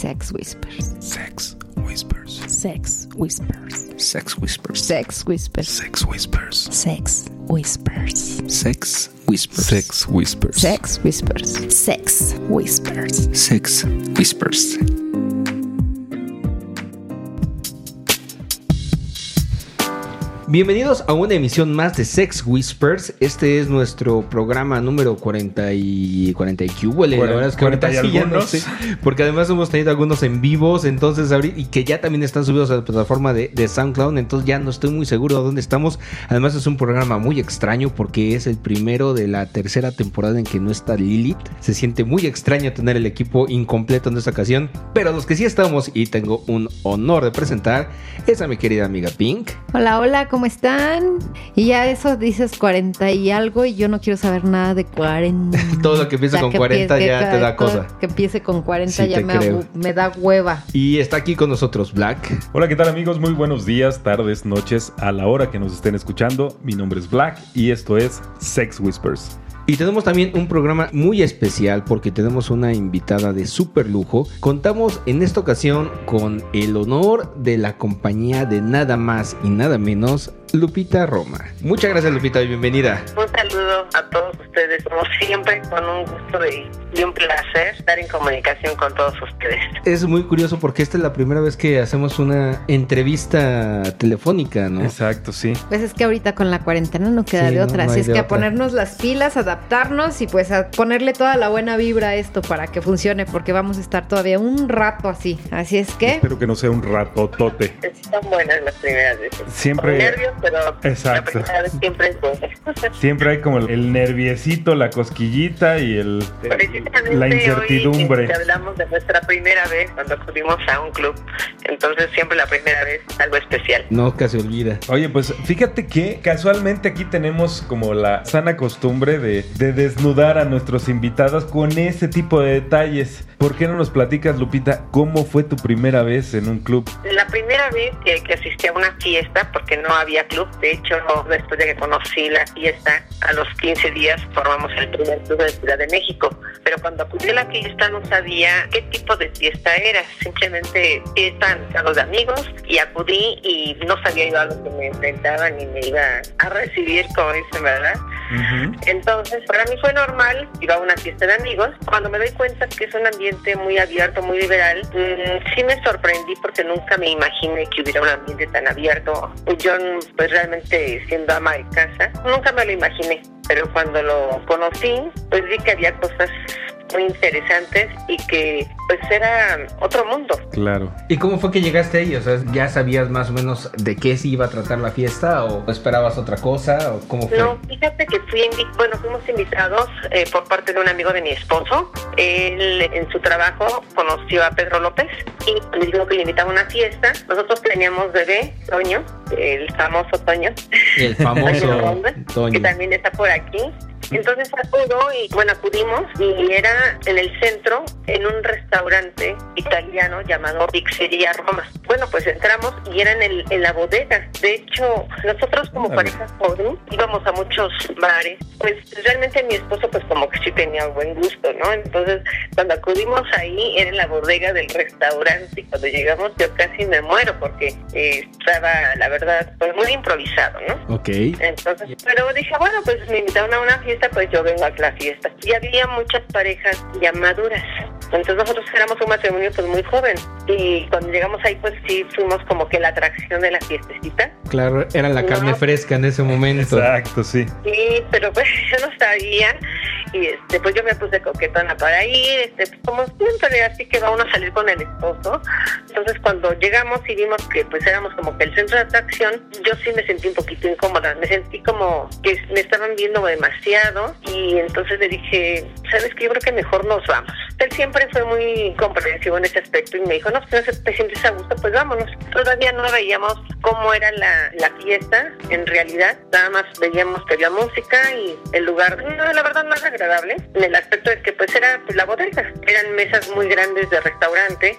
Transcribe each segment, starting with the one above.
Sex Whispers. Sex Whispers. Sex Whispers. Sex Whispers. Sex Whispers. Sex Whispers. Sex Whispers. Sex Whispers. Sex Whispers. Sex Whispers. Sex Whispers. Sex Whispers. Bienvenidos a una emisión más de Sex Whispers. Este es nuestro programa número 40 y que hubo. La verdad es que 40 y ahorita sí ya no algunos. sé, porque además hemos tenido algunos en vivos, entonces y que ya también están subidos a la plataforma de SoundCloud, entonces ya no estoy muy seguro de dónde estamos. Además es un programa muy extraño porque es el primero de la tercera temporada en que no está Lilith. Se siente muy extraño tener el equipo incompleto en esta ocasión, pero los que sí estamos y tengo un honor de presentar es a mi querida amiga Pink. Hola, hola, ¿cómo están? Y ya eso dices 40 y algo y yo no quiero saber nada de 40. Todo lo que empiece con 40 ya te da cosa. Que empiece con 40 Sí, ya me da hueva. Y está aquí con nosotros Black. Hola, ¿qué tal amigos? Muy buenos días, tardes, noches, a la hora que nos estén escuchando. Mi nombre es Black y esto es Sex Whispers. Y tenemos también un programa muy especial porque tenemos una invitada de súper lujo. Contamos en esta ocasión con el honor de la compañía de nada más y nada menos Lupita Roma. Muchas gracias, Lupita, y bienvenida. Un saludo a todos ustedes, como siempre, con un gusto y un placer estar en comunicación con todos ustedes. Es muy curioso porque esta es la primera vez que hacemos una entrevista telefónica, ¿no? Exacto, sí. Pues es que ahorita con la cuarentena no queda Sí, de otra, no así hay es de que a otra. ponernos las pilas, adaptarnos y pues a ponerle toda la buena vibra a esto para que funcione, porque vamos a estar todavía un rato así es que... Espero que no sea un ratotote. Están buenas las primeras veces. Siempre- Con nervios, pero Exacto. la primera vez siempre es buena. Siempre hay como el nerviecito, la cosquillita y Precisamente la hoy incertidumbre. hablamos de nuestra primera vez cuando acudimos a un club. Entonces siempre la primera vez es algo especial. Nunca se olvida. Oye, pues fíjate que casualmente aquí tenemos como la sana costumbre de desnudar a nuestros invitados con ese tipo de detalles. ¿Por qué no nos platicas, Lupita, cómo fue tu primera vez en un club? La primera vez que asistí a una fiesta, porque no había club, de hecho, después de que conocí la fiesta, a los 15 días formamos el primer club de Ciudad de México. Pero cuando acudí a la fiesta no sabía qué tipo de fiesta era, simplemente fiesta de amigos, y acudí y no sabía yo a lo que me enfrentaba ni me iba a recibir, como dicen, ¿verdad? Uh-huh. Entonces, para mí fue normal, iba a una fiesta de amigos. Cuando me doy cuenta que es un ambiente muy abierto, muy liberal, sí me sorprendí porque nunca me imaginé que hubiera un ambiente tan abierto. Yo, pues realmente siendo ama de casa, nunca me lo imaginé. Pero cuando lo conocí, pues vi que había cosas muy interesantes y que pues era otro mundo. Claro. ¿Y cómo fue que llegaste ahí? O sea, ¿ya sabías más o menos de qué se iba a tratar la fiesta o esperabas otra cosa o cómo fue? No, fíjate que fuimos invitados por parte de un amigo de mi esposo. Él en su trabajo conoció a Pedro López y le dijo que le invitaba a una fiesta. Nosotros teníamos bebé, Toño, el famoso Toño. El famoso Toño. Que también está por aquí. Entonces acudo y bueno, acudimos y era en el centro, en un restaurante italiano llamado Pizzeria Roma. Bueno, pues entramos y era en la bodega. De hecho, nosotros como pareja joven íbamos a muchos bares. Pues realmente mi esposo pues como que sí tenía buen gusto, ¿no? Entonces cuando acudimos ahí era en la bodega del restaurante y cuando llegamos yo casi me muero porque estaba, la verdad, pues muy improvisado, ¿no? Ok. Entonces, pero dije, bueno, pues me invitaron a una fiesta, pues yo vengo a la fiesta. Y había muchas parejas ya maduras. Entonces nosotros éramos un matrimonio pues muy joven. Y cuando llegamos ahí, pues sí fuimos como que la atracción de la fiestecita. Claro, era la carne No. fresca en ese momento. Exacto, sí. Sí, pero pues yo no sabía. Y pues yo me puse coquetona para ir, pues, como siempre, así que va uno a salir con el esposo. Entonces cuando llegamos y vimos que pues éramos como que el centro de atracción, yo sí me sentí un poquito incómoda, me sentí como que me estaban viendo demasiado y entonces le dije, ¿sabes qué? Yo creo que mejor nos vamos. Él siempre fue muy comprensivo en ese aspecto y me dijo, no, pues si no te sientes a gusto, pues vámonos. Todavía no veíamos cómo era la fiesta, en realidad, nada más veíamos que había música y el lugar, no, la verdad no era agradable, en el aspecto de que pues era pues, la bodega, eran mesas muy grandes de restaurante,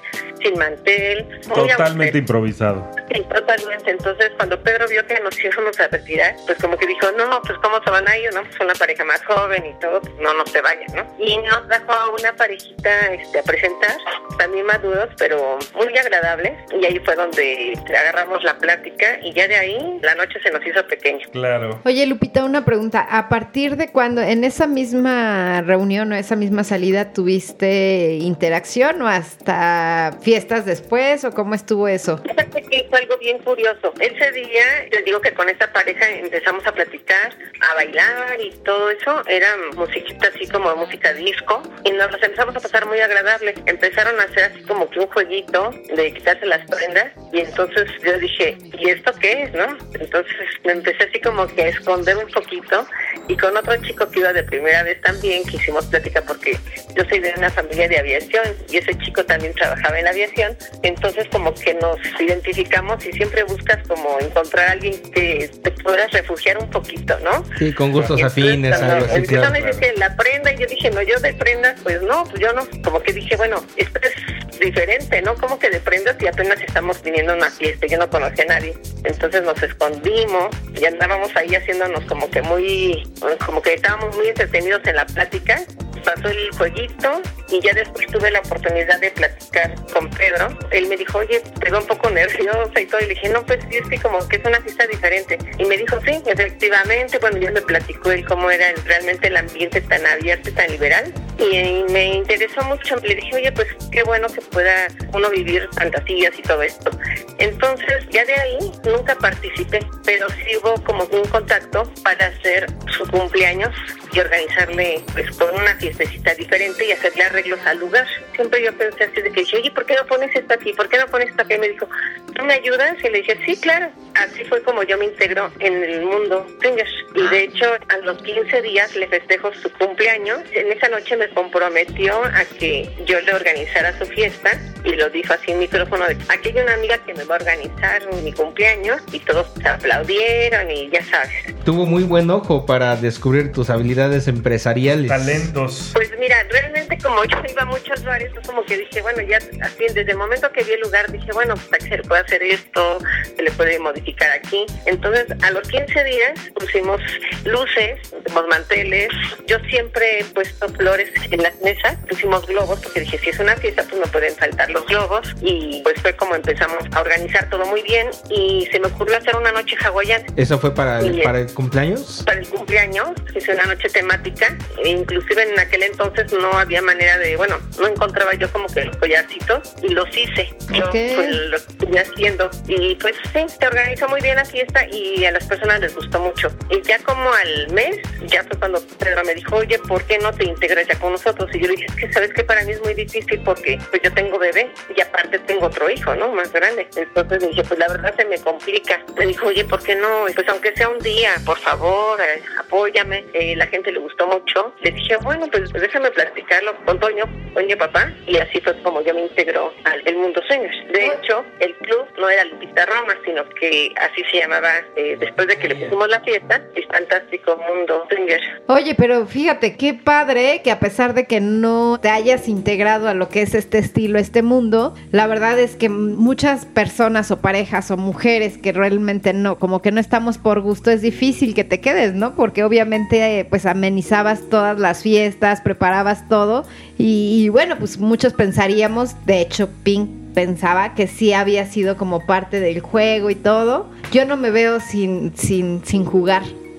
sin mantel. Totalmente improvisado. Sí, totalmente. Entonces, cuando Pedro vio que nos íbamos a retirar, pues como que dijo, no, pues ¿cómo se van a ir? No, pues una pareja más joven y todo, pues no se vayan, ¿no? Y nos trajo a una parejita a presentar, también maduros, pero muy agradables. Y ahí fue donde agarramos la plática y ya de ahí la noche se nos hizo pequeña. Claro. Oye, Lupita, una pregunta. ¿A partir de cuándo, en esa misma reunión o esa misma salida, tuviste interacción o hasta fiestas después o cómo estuvo eso? Fíjate que fue algo bien curioso. Ese día, les digo que con esta pareja empezamos a platicar, a bailar y todo eso. Era musiquita así como música disco y nos las empezamos a pasar muy agradable. Empezaron a hacer así como que un jueguito de quitarse las prendas y entonces yo dije, ¿y esto qué es, no? Entonces me empecé así como que a esconder un poquito y con otro chico que iba de primera vez también que hicimos plática porque yo soy de una familia de aviación y ese chico también trabajaba en la aviación. Entonces como que nos identificamos y siempre buscas como encontrar a alguien que te puedas refugiar un poquito, ¿no? Sí, con gustos afines, algo así. Empezaron a decir que la prenda y yo dije, no, yo de prendas, pues no, pues yo no. Como que dije, bueno, esto es diferente, ¿no? Como que de prendas y apenas estamos viniendo a una fiesta, yo no conocía a nadie. Entonces nos escondimos y andábamos ahí haciéndonos como que estábamos muy entretenidos en la plática. Pasó el jueguito y ya después tuve la oportunidad de platicar con Pedro. Él me dijo, oye, te veo un poco nerviosa y todo. Y le dije, no, pues sí, es que como que es una fiesta diferente. Y me dijo, sí, efectivamente. Bueno, ya me platicó él cómo era realmente el ambiente tan abierto y tan liberal. Y me interesó mucho. Le dije, oye, pues qué bueno que pueda uno vivir fantasías y todo esto. Entonces, ya de ahí nunca participé, pero sí hubo como un contacto para hacer su cumpleaños y organizarle pues con una fiestecita diferente y hacerle arreglos al lugar. Siempre yo pensé así de que dije, oye, ¿por qué no pones esto aquí? ¿Por qué no pones esto aquí? Y me dijo, ¿tú me ayudas? Y le dije, sí, claro. Así fue como yo me integro en el mundo swinger. Y de hecho, a los 15 días le festejo su cumpleaños. En esa noche me comprometió a que yo le organizara su fiesta y lo dijo así en micrófono de, aquí hay una amiga que me va a organizar mi cumpleaños y todos aplaudieron y ya sabes. Tuvo muy buen ojo para descubrir tus habilidades empresariales. Talentos. Pues mira, realmente como yo iba a muchos bares, es como que dije, bueno, ya así desde el momento que vi el lugar dije, bueno, pues aquí se le puede hacer esto, se le puede modificar aquí. Entonces, a los 15 días pusimos luces, pusimos manteles. Yo siempre he puesto flores en las mesas, pusimos globos, porque dije, si es una fiesta, pues no pueden faltar los globos. Y pues fue como empezamos a organizar todo muy bien y se me ocurrió hacer una noche hawaiana. ¿Eso fue para el cumpleaños? Para el cumpleaños, hice una noche temática. E inclusive en aquel entonces no había manera de, bueno, no encontraba yo como que los collarcitos y los hice. Yo pues lo estuve haciendo y pues sí, se organizó muy bien la fiesta y a las personas les gustó mucho. Y ya como al mes, ya fue cuando Pedro me dijo, oye, ¿por qué no te integras ya con nosotros? Y yo le dije, es que sabes que para mí es muy difícil porque pues yo tengo bebé y aparte tengo otro hijo, ¿no? Más grande. Entonces me dije, pues la verdad se me complica. Me dijo, oye, ¿por qué no? Pues aunque sea un día, por favor, apóyame. La gente le gustó mucho. Le dije, bueno, pues déjame platicarlo con Toño, papá. Y así fue como yo me integro al mundo swingers. De hecho, el club no era Lupita Roma, sino que así se llamaba después de que le pusimos la fiesta, el fantástico mundo swingers. Oye, pero fíjate, qué padre que a pesar de que no te hayas integrado a lo que es este estilo, este mundo, la verdad es que muchas personas o parejas o mujeres que realmente no, como que no estamos por gusto, es difícil que te quedes, ¿no? Porque obviamente pues amenizabas todas las fiestas, preparabas todo y bueno, pues muchos pensaríamos, de hecho Pink pensaba que sí había sido como parte del juego y todo. Yo no me veo sin jugar.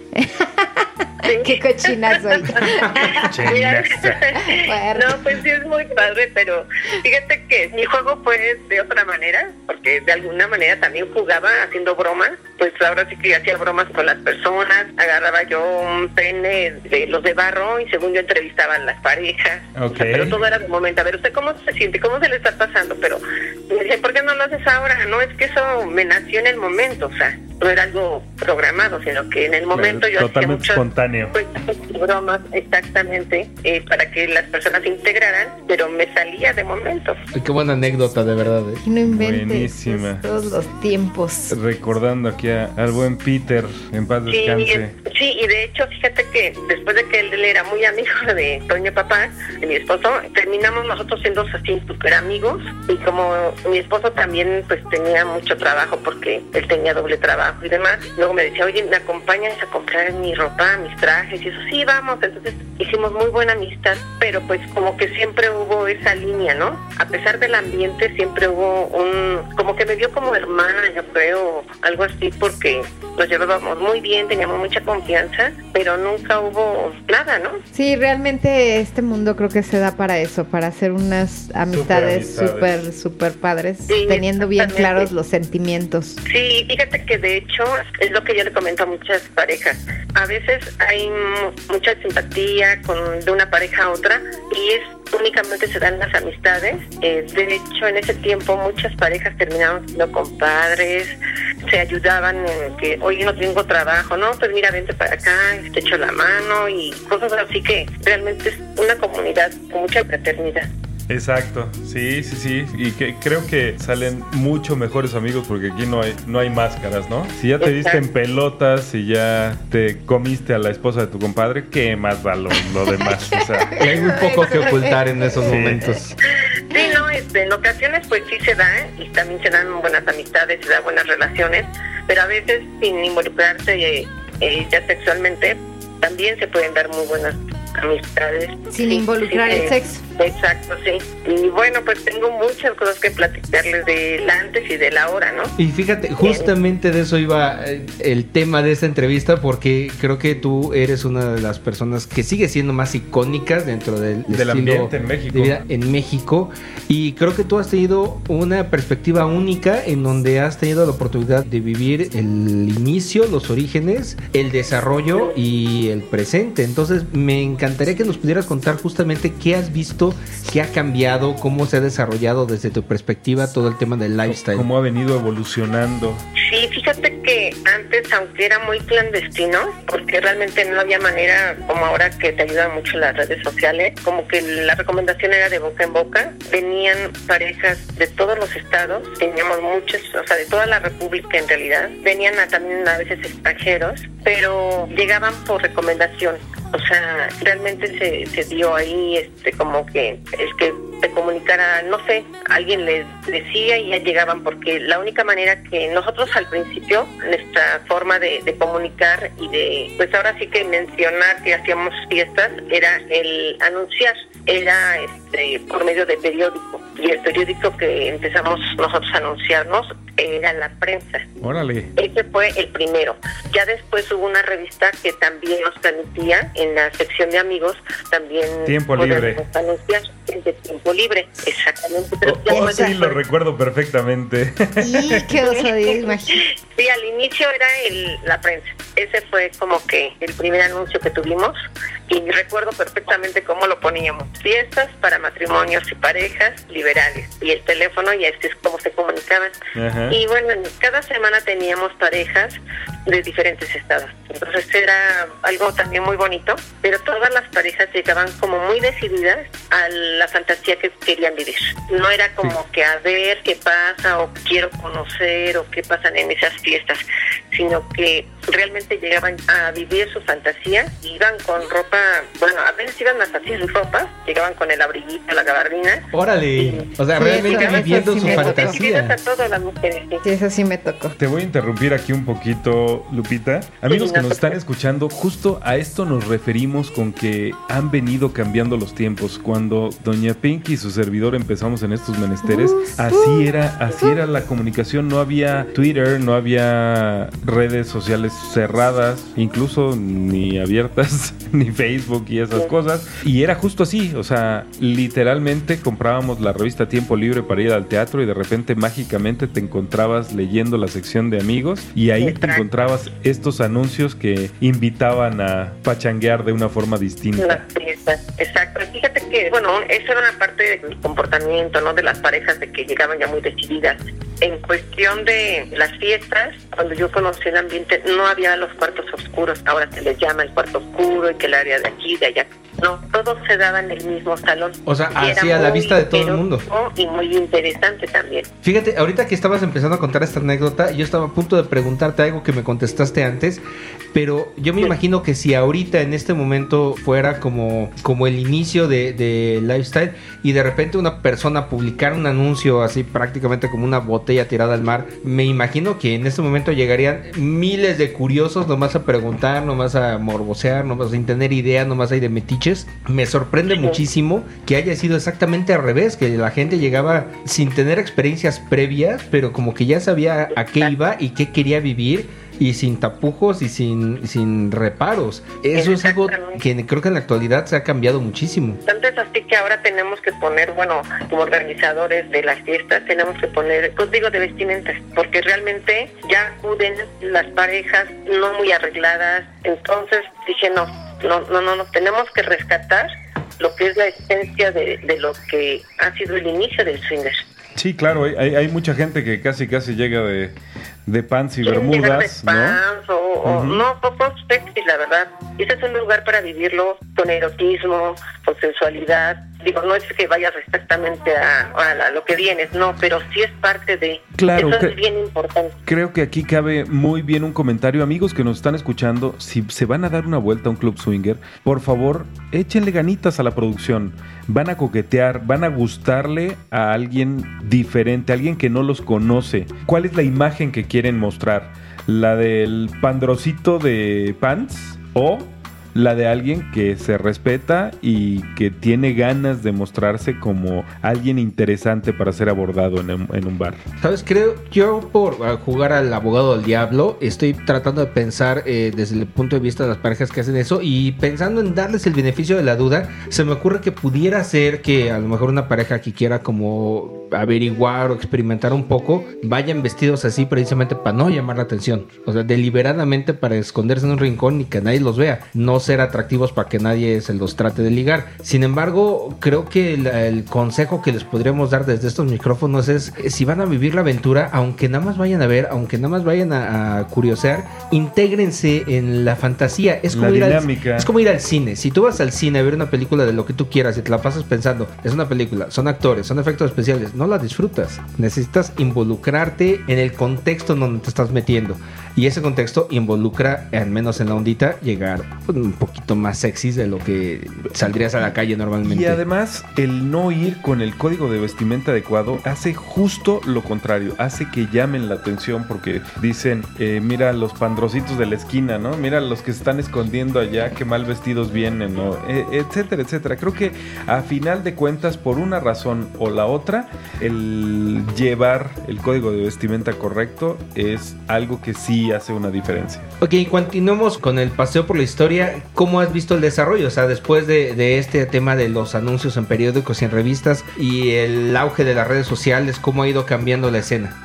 Sí. Qué cochina soy. Mira, no, pues sí es muy padre, pero fíjate que mi juego fue de otra manera, porque de alguna manera también jugaba haciendo bromas. Pues ahora sí que hacía bromas con las personas, agarraba yo un pene de los de barro y según yo entrevistaba a las parejas. Okay. O sea, pero todo era de momento. A ver, ¿usted cómo se siente? ¿Cómo se le está pasando? Pero me dice, ¿por qué no lo haces ahora, no es que eso me nació en el momento, o sea, no era algo programado, sino que en el momento yo totalmente hacía muchas espontáneo. bromas, exactamente, para que las personas se integraran, pero me salía de momento. Qué buena anécdota, de verdad. Y no inventes. Buenísima. Todos los tiempos. Recordando aquí al buen Peter, en paz descanse. Sí, y de hecho, fíjate que después de que él era muy amigo de Toño Papá, de mi esposo, terminamos nosotros siendo así super amigos, y como mi esposo también pues tenía mucho trabajo porque él tenía doble trabajo y demás, luego me decía, oye, ¿me acompañas a comprar mi ropa, mis trajes? Y eso, sí, vamos. Entonces hicimos muy buena amistad, pero pues como que siempre hubo esa línea, ¿no? A pesar del ambiente, siempre hubo como que me vio como hermana, yo creo, algo así, porque nos llevábamos muy bien, teníamos mucha confianza, pero nunca hubo nada, ¿no? Sí, realmente este mundo creo que se da para eso, para hacer unas amistades súper padres, sí, teniendo bien claros los sentimientos. Sí, fíjate que de hecho es lo que yo le comento a muchas parejas. A veces hay mucha simpatía de una pareja a otra y únicamente se dan las amistades. De hecho, en ese tiempo muchas parejas terminaron siendo compadres, se ayudaban en que, oye, no tengo trabajo, no, pues mira, vente para acá, te echo la mano y cosas así, que realmente es una comunidad con mucha fraternidad. Exacto, sí, y que creo que salen mucho mejores amigos porque aquí no hay máscaras, ¿no? Si ya te viste en pelotas y ya te comiste a la esposa de tu compadre, ¿qué más da lo demás? O sea, hay muy poco que ocultar en esos momentos. Sí, no, en ocasiones pues sí se da, y también se dan buenas amistades, se dan buenas relaciones, pero a veces sin involucrarse ya sexualmente, también se pueden dar muy buenas amistades. Sin involucrar el sexo. Exacto, sí. Y bueno, pues tengo muchas cosas que platicarles del antes y del ahora, ¿no? Y fíjate, justamente de eso iba el tema de esta entrevista, porque creo que tú eres una de las personas que sigue siendo más icónicas dentro del ambiente en México. De vida en México. Y creo que tú has tenido una perspectiva única en donde has tenido la oportunidad de vivir el inicio, los orígenes, el desarrollo y el presente. Entonces me encantaría que nos pudieras contar justamente qué has visto, qué ha cambiado, cómo se ha desarrollado desde tu perspectiva todo el tema del lifestyle. Cómo ha venido evolucionando. Sí, fíjate que antes, aunque era muy clandestino, porque realmente no había manera, como ahora que te ayudan mucho las redes sociales, como que la recomendación era de boca en boca, venían parejas de todos los estados, teníamos muchos, o sea, de toda la república en realidad, venían también a veces extranjeros, pero llegaban por recomendación. O sea, realmente se dio ahí como que el que te comunicara, no sé, alguien les decía y ya llegaban, porque la única manera que nosotros al principio, nuestra forma de comunicar y de, pues ahora sí que mencionar que hacíamos fiestas, era el anunciar, era por medio de periódico, y el periódico que empezamos nosotros a anunciarnos era La Prensa. Órale. Ese fue el primero. Ya después hubo una revista que también nos permitía, en la sección de amigos, también Tiempo Libre. Anunciar el de Tiempo Libre, exactamente. Pero sí, lo recuerdo perfectamente. Y qué osadía, imagínate. Sí, al inicio era La Prensa. Ese fue como que el primer anuncio que tuvimos, y recuerdo perfectamente cómo lo poníamos: fiestas para matrimonios y parejas liberales, y el teléfono, y así es como se comunicaban. Ajá. Y bueno, cada semana teníamos parejas de diferentes estados, entonces era algo también muy bonito, pero todas las parejas llegaban como muy decididas a la fantasía que querían vivir. No era como que a ver qué pasa, o quiero conocer, o qué pasan en esas fiestas, sino que realmente llegaban a vivir su fantasía, iban con ropa, bueno, a veces iban hasta sin ropa, llegaban con el abriguito, la gabardina. ¡Órale! O sea, Sí, realmente eso viviendo sí su me tocó. fantasía. A todas las mujeres, sí. Sí, eso sí me tocó. Te voy a interrumpir aquí un poquito, Lupita. Amigos que nos están escuchando, justo a esto nos referimos con que han venido cambiando los tiempos. Cuando Doña Pinky y su servidor empezamos en estos menesteres, así era la comunicación. No había Twitter, no había redes sociales cerradas, incluso ni abiertas, ni Facebook y esas cosas. Y era justo así, o sea, literalmente comprábamos la revista Tiempo Libre para ir al teatro, y de repente mágicamente te encontrabas leyendo la sección de amigos, y ahí te encontrabas estos anuncios que invitaban a pachanguear de una forma distinta. Exacto. Fíjate que, bueno, eso era una parte del comportamiento, ¿no? De las parejas, de que llegaban ya muy decididas. En cuestión de las fiestas, cuando yo conocí el ambiente, no había los cuartos oscuros. Ahora se les llama el cuarto oscuro y que el área de aquí, de allá. No, todo se daba en el mismo salón. O sea, Y así era a la muy vista de todo el mundo. Y muy interesante también. Fíjate, ahorita que estabas empezando a contar esta anécdota, yo estaba a punto de preguntarte algo que me contestaste antes, pero yo me imagino que si ahorita en este momento fuera como el inicio de Lifestyle y de repente una persona publicara un anuncio así prácticamente como una botella tirada al mar, me imagino que en este momento llegarían miles de curiosos nomás a preguntar, nomás a morbosear, nomás sin tener idea, nomás ahí de metiches. Me sorprende muchísimo que haya sido exactamente al revés, que la gente llegaba sin tener experiencias previas, pero como que ya sabía a qué iba y qué quería vivir, y sin tapujos y sin reparos. Eso es algo que creo que en la actualidad se ha cambiado muchísimo. Entonces, así que ahora tenemos que poner, bueno, como organizadores de las fiestas, tenemos que poner, pues digo, de vestimentas, porque realmente ya acuden las parejas no muy arregladas. Entonces dije, no, tenemos que rescatar lo que es la esencia de lo que ha sido el inicio del swinger. Sí, claro, hay mucha gente que casi llega de pants y bermudas, ¿no? No, poco sexy, la verdad. Ese es un lugar para vivirlo con erotismo, con sensualidad. Digo, no es que vayas exactamente a lo que vienes, no, pero sí es parte de... Claro, eso es bien importante. Creo que aquí cabe muy bien un comentario. Amigos que nos están escuchando, si se van a dar una vuelta a un club swinger, por favor, échenle ganitas a la producción. Van a coquetear, van a gustarle a alguien diferente, a alguien que no los conoce. ¿Cuál es la imagen que quieren mostrar? ¿La del pandrocito de pants o la de alguien que se respeta y que tiene ganas de mostrarse como alguien interesante para ser abordado en un bar? ¿Sabes? Creo, yo por jugar al abogado del diablo, estoy tratando de pensar desde el punto de vista de las parejas que hacen eso, y pensando en darles el beneficio de la duda, se me ocurre que pudiera ser que a lo mejor una pareja que quiera como averiguar o experimentar un poco, vayan vestidos así precisamente para no llamar la atención, o sea, deliberadamente para esconderse en un rincón y que nadie los vea, no ser atractivos para que nadie se los trate de ligar. Sin embargo, creo que el consejo que les podríamos dar desde estos micrófonos es, si van a vivir la aventura, aunque nada más vayan a ver, aunque nada más vayan a curiosear, intégrense en la fantasía. Es como es como ir al cine. Si tú vas al cine a ver una película de lo que tú quieras y te la pasas pensando, es una película, son actores, son efectos especiales, no la disfrutas. Necesitas involucrarte en el contexto en donde te estás metiendo, y ese contexto involucra, al menos en la ondita, llegar un poquito más sexy de lo que saldrías a la calle normalmente. Y además, el no ir con el código de vestimenta adecuado hace justo lo contrario, hace que llamen la atención, porque dicen, mira los pandrocitos de la esquina, ¿no? Mira los que se están escondiendo allá, qué mal vestidos vienen, ¿no? Etcétera, etcétera. Creo que a final de cuentas, por una razón o la otra, el llevar el código de vestimenta correcto es algo que sí hace una diferencia. Ok, continuemos con el paseo por la historia. ¿Cómo has visto el desarrollo? O sea, después de este tema de los anuncios en periódicos y en revistas y el auge de las redes sociales, ¿cómo ha ido cambiando la escena?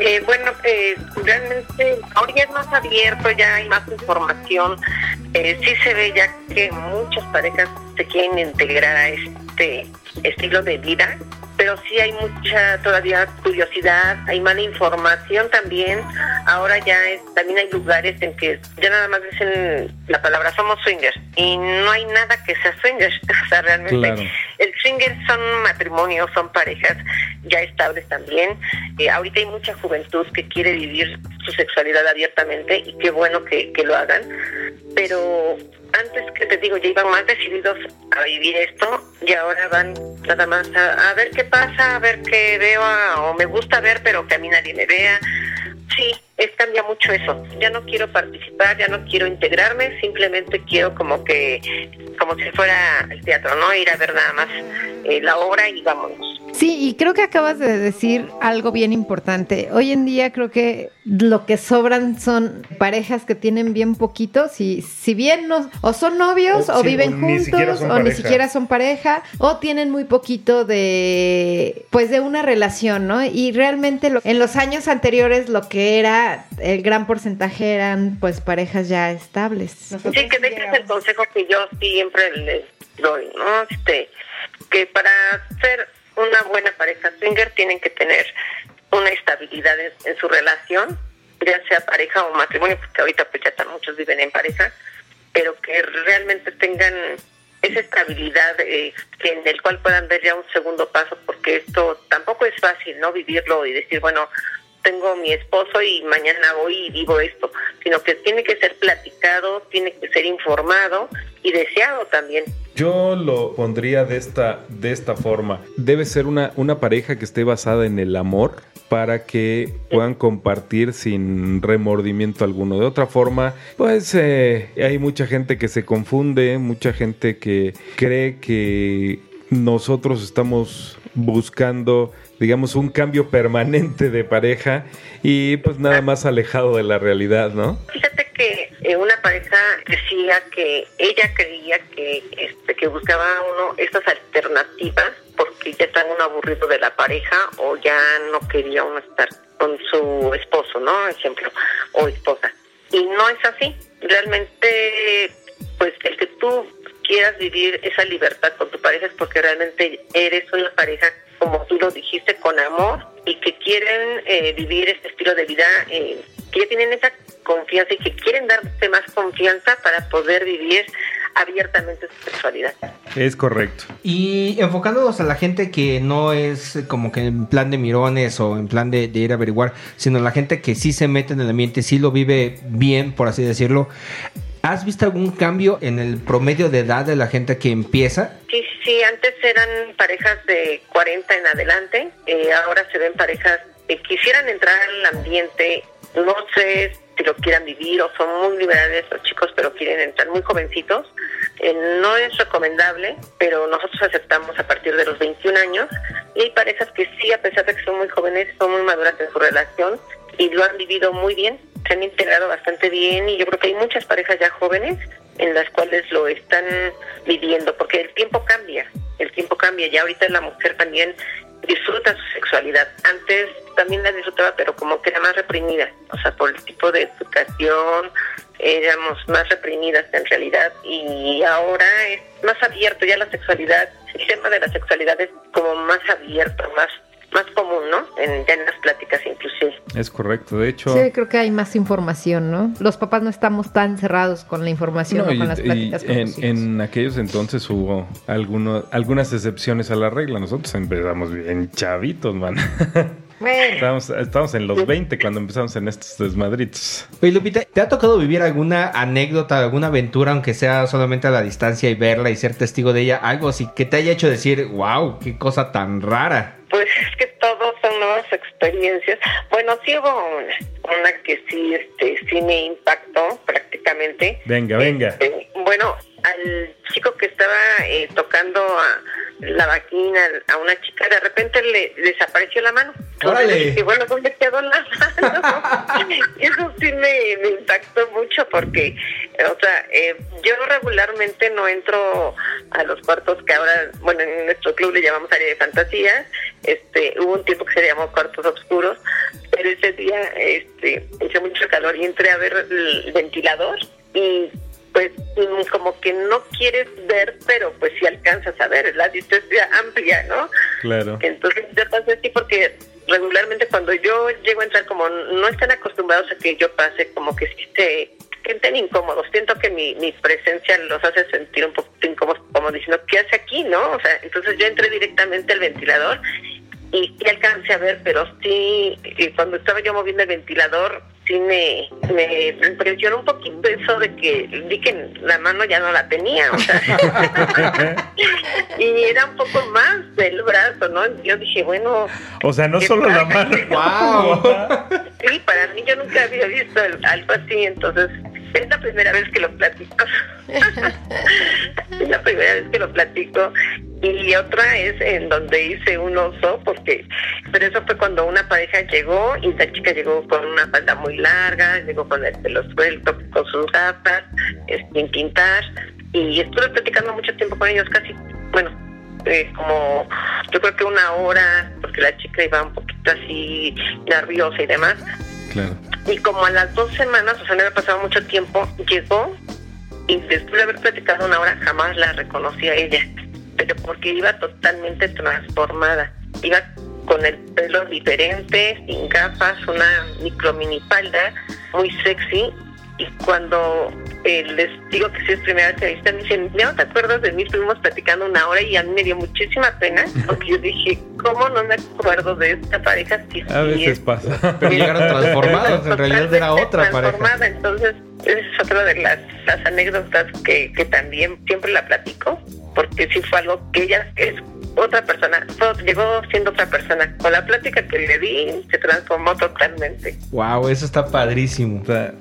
Realmente ahora ya es más abierto, ya hay más información. Sí se ve ya que muchas parejas se quieren integrar a este estilo de vida, pero sí hay mucha todavía curiosidad, hay mala información también. Ahora también hay lugares en que ya nada más dicen la palabra somos swingers y no hay nada que sea swingers. O sea, realmente claro. El swinger son matrimonios, son parejas ya estables también. Ahorita hay mucha juventud que quiere vivir su sexualidad abiertamente y qué bueno que lo hagan, pero antes, que te digo, ya iban más decididos a vivir esto y ahora van nada más a ver qué pasa, a ver qué veo, o me gusta ver pero que a mí nadie me vea. Sí, cambia mucho eso. Ya no quiero participar, ya no quiero integrarme, simplemente quiero como si fuera el teatro, ¿no? Ir a ver nada más la obra y vámonos. Sí, y creo que acabas de decir algo bien importante. Hoy en día creo que lo que sobran son parejas que tienen bien poquitos y si bien no, o son novios o viven juntos o ni siquiera son pareja o tienen muy poquito de pues de una relación, ¿no? Y realmente en los años anteriores lo que era el gran porcentaje eran pues parejas ya estables. Nosotros sí, que de hecho es el consejo que yo siempre les doy, ¿no? Que para ser una buena pareja swinger tienen que tener una estabilidad en su relación, ya sea pareja o matrimonio, porque ahorita pues ya muchos viven en pareja, pero que realmente tengan esa estabilidad en el cual puedan ver ya un segundo paso, porque esto tampoco es fácil, ¿no? Vivirlo y decir, bueno, tengo mi esposo y mañana voy y vivo esto, sino que tiene que ser platicado, tiene que ser informado y deseado también. Yo lo pondría de esta forma. Debe ser una pareja que esté basada en el amor para que puedan compartir sin remordimiento alguno. De otra forma, pues hay mucha gente que se confunde, mucha gente que cree que nosotros estamos buscando, digamos, un cambio permanente de pareja y pues nada más alejado de la realidad, ¿no? Fíjate que una pareja decía que ella creía que buscaba uno estas alternativas porque ya está uno aburrido de la pareja o ya no quería uno estar con su esposo, ¿no? Ejemplo, o esposa. Y no es así. Realmente, pues el que tú quieras vivir esa libertad con tu pareja es porque realmente eres una pareja, como tú lo dijiste, con amor y que quieren vivir este estilo de vida, que ya tienen esa confianza y que quieren darte más confianza para poder vivir abiertamente su sexualidad. Es correcto. Y enfocándonos a la gente que no es como que en plan de mirones o en plan de ir a averiguar, sino la gente que sí se mete en el ambiente, sí lo vive bien, por así decirlo. ¿Has visto algún cambio en el promedio de edad de la gente que empieza? Sí, antes eran parejas de 40 en adelante, ahora se ven parejas que quisieran entrar al ambiente, no sé si lo quieran vivir o son muy liberales los chicos, pero quieren entrar muy jovencitos. No es recomendable, pero nosotros aceptamos a partir de los 21 años y hay parejas que sí, a pesar de que son muy jóvenes, son muy maduras en su relación y lo han vivido muy bien, se han integrado bastante bien y yo creo que hay muchas parejas ya jóvenes en las cuales lo están viviendo, porque el tiempo cambia, ya ahorita la mujer también disfruta su sexualidad. Antes también la disfrutaba, pero como que era más reprimida, o sea, por el tipo de educación, éramos más reprimidas en realidad, y ahora es más abierto ya la sexualidad, el tema de la sexualidad es como más abierto, más común, ¿no? Ya en las pláticas inclusive. Es correcto, de hecho... Sí, creo que hay más información, ¿no? Los papás no estamos tan cerrados con la información o con las pláticas con los hijos. En aquellos entonces hubo algunas excepciones a la regla. Nosotros empezamos bien chavitos, man. Bueno. Estábamos en los 20 cuando empezamos en estos desmadritos. Oye, Lupita, ¿te ha tocado vivir alguna anécdota, alguna aventura, aunque sea solamente a la distancia y verla y ser testigo de ella? Algo así que te haya hecho decir, wow, qué cosa tan rara. Pues es que todos son nuevas experiencias. Bueno, sí hubo una que sí me impactó prácticamente. Venga. Bueno, al chico que estaba tocando la vagina a una chica, de repente le desapareció la mano. ¡Órale! Y bueno, ¿dónde quedó la mano? Eso sí me impactó mucho porque, o sea, yo regularmente no entro a los cuartos que ahora, bueno, en nuestro club le llamamos área de fantasías. Hubo un tiempo que se llamó cuartos oscuros, pero ese día hizo mucho calor y entré a ver el ventilador y pues como que no quieres ver, pero pues sí alcanzas a ver, la distancia amplia, ¿no? Claro. Entonces yo pasé así porque regularmente cuando yo llego a entrar, como no están acostumbrados a que yo pase, como que sí se sienten incómodos, siento que mi presencia los hace sentir un poquito incómodos, como diciendo, ¿qué hace aquí, no? O sea, entonces yo entré directamente al ventilador y sí alcancé a ver, pero sí, cuando estaba yo moviendo el ventilador, sí me impresionó un poquito eso de que vi que la mano ya no la tenía, o sea, y era un poco más del brazo, ¿no? Yo dije, bueno... O sea, no solo la mano. ¡Wow! Sí, para mí yo nunca había visto algo así, entonces es la primera vez que lo platico. Es la primera vez que lo platico y otra es en donde hice un oso, pero eso fue cuando una pareja llegó y la chica llegó con una falda muy larga, llegó con el pelo suelto, con sus gafas, sin pintar, y estuve platicando mucho tiempo con ellos, casi, como yo creo que 1 hora, porque la chica iba un poquito así nerviosa y demás. Claro. Y como a las 2 semanas, o sea, no había pasado mucho tiempo, llegó y después de haber platicado 1 hora jamás la reconocí a ella, pero porque iba totalmente transformada, iba con el pelo diferente, sin gafas, una micro minifalda, muy sexy. Y cuando les digo que sí es primera entrevista, me dicen, ¿no te acuerdas de mí? Estuvimos platicando 1 hora y a mí me dio muchísima pena, porque yo dije, ¿cómo no me acuerdo de esta pareja? Sí, a veces pasa. Pero llegaron transformados, en realidad era otra pareja. Entonces, esa es otra de las anécdotas que también siempre la platico, porque sí fue algo que ella es otra persona, llegó siendo otra persona. Con la plática que le di, se transformó totalmente. Wow, eso está padrísimo. O sea,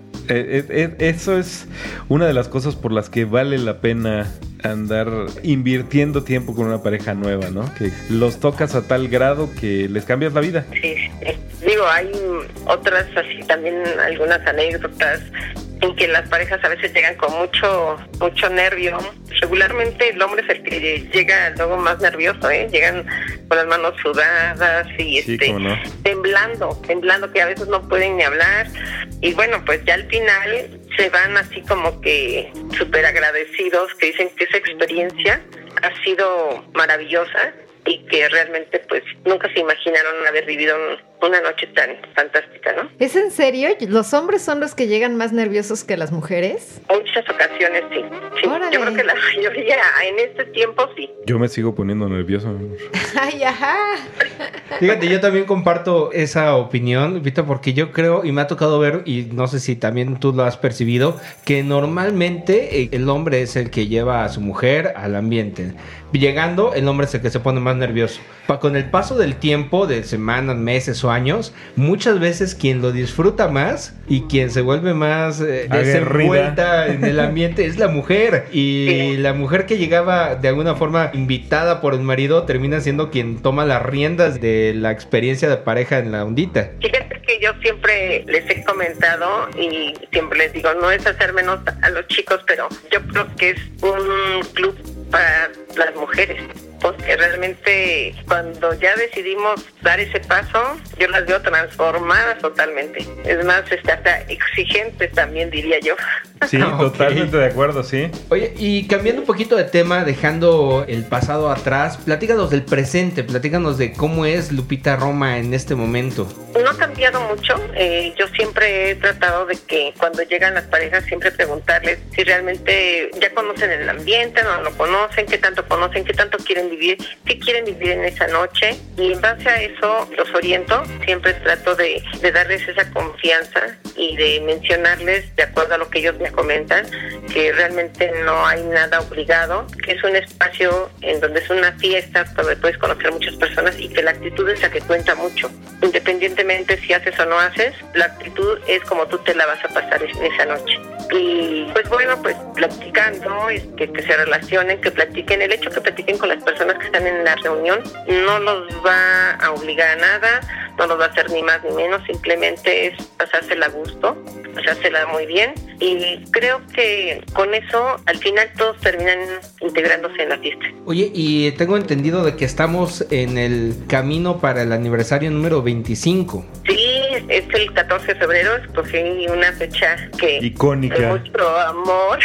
eso es una de las cosas por las que vale la pena andar invirtiendo tiempo con una pareja nueva, ¿no? Que los tocas a tal grado que les cambias la vida. Sí. Digo, hay otras así también, algunas anécdotas en que las parejas a veces llegan con mucho nervio. Regularmente el hombre es el que llega luego más nervioso, llegan con las manos sudadas y sí, ¿cómo no? temblando, que a veces no pueden ni hablar. Y bueno, pues ya al final se van así como que súper agradecidos, que dicen que esa experiencia ha sido maravillosa y que realmente pues nunca se imaginaron haber vivido una noche tan fantástica, ¿no? ¿Es en serio? ¿Los hombres son los que llegan más nerviosos que las mujeres? Muchas ocasiones sí. Órale. Yo creo que la mayoría en este tiempo sí. Yo me sigo poniendo nervioso. Ay, ajá. Fíjate, yo también comparto esa opinión, Vito, porque yo creo, y me ha tocado ver, y no sé si también tú lo has percibido, que normalmente el hombre es el que lleva a su mujer al ambiente. Llegando, el hombre es el que se pone más nervioso. Con el paso del tiempo, de semanas, meses o años, muchas veces quien lo disfruta más y quien se vuelve más desenvuelta en el ambiente es la mujer. Y la mujer que llegaba de alguna forma invitada por el marido termina siendo quien toma las riendas de la experiencia de pareja en la ondita. Fíjate que yo siempre les he comentado y siempre les digo, no es hacer menos a los chicos, pero yo creo que es un club para las mujeres, porque realmente cuando ya decidimos dar ese paso, yo las veo transformadas totalmente. Es más, hasta exigentes también, diría yo. Sí, totalmente de acuerdo, sí. Oye, y cambiando un poquito de tema, dejando el pasado atrás, platícanos del presente, platícanos de cómo es Lupita Roma en este momento. No ha cambiado mucho. Yo siempre he tratado de que cuando llegan las parejas siempre preguntarles si realmente ya conocen el ambiente, no lo conocen, qué tanto quieren vivir, qué quieren vivir en esa noche, y en base a eso los oriento. Siempre trato de darles esa confianza y de mencionarles, de acuerdo a lo que ellos me comentan, que realmente no hay nada obligado, que es un espacio en donde es una fiesta donde puedes conocer muchas personas y que la actitud es la que cuenta mucho. Independientemente si haces o no haces, la actitud es como tú te la vas a pasar en esa noche. Y pues bueno, pues platicando, que se relacionen, que platiquen. El hecho que platiquen con las personas que están en la reunión no los va a obligar a nada, no los va a hacer ni más ni menos, simplemente es pasársela a gusto, pasársela muy bien, y creo que con eso al final todos terminan integrándose en la fiesta. Oye, y tengo entendido de que estamos en el camino para el aniversario número 25. Sí, es el 14 de febrero, escogí una fecha que icónica, de mucho amor.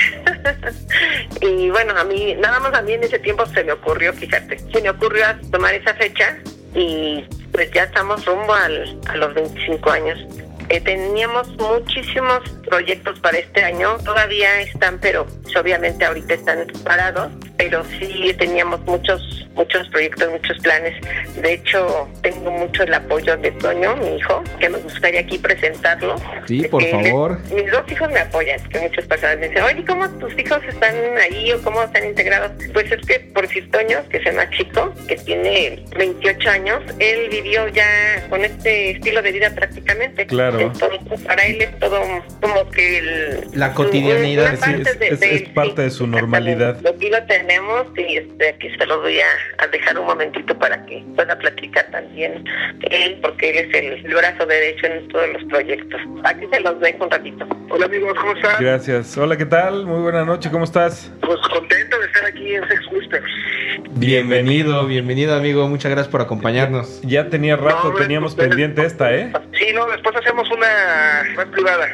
Y bueno, a mí en ese tiempo se me ocurrió tomar esa fecha, y pues ya estamos rumbo a los 25 años. Teníamos muchísimos proyectos para este año, todavía están, pero obviamente ahorita están parados, pero sí teníamos muchos proyectos, muchos planes. De hecho, tengo mucho el apoyo de Toño, mi hijo, que me gustaría aquí presentarlo. Sí, por favor. Mis 2 hijos me apoyan, que muchas personas me dicen, oye, ¿cómo tus hijos están ahí o cómo están integrados? Pues es que por decir Toño, que es el más chico, que tiene 28 años, él vivió ya con este estilo de vida prácticamente. Claro. Entonces, para él es todo como que la cotidianidad, es parte de su normalidad. Lo que iba a tener tenemos y aquí se los voy a dejar un momentito para que pueda platicar también él, porque él es el brazo derecho en todos los proyectos. Aquí se los dejo un ratito. Hola amigos, ¿cómo están? Gracias. Hola, ¿qué tal? Muy buena noche, ¿cómo estás? Pues contento de estar aquí en Sex Whispers. Bienvenido amigo, muchas gracias por acompañarnos. Ya tenía rato, teníamos pendiente esta, ¿eh? Sí, no, después hacemos una más privada.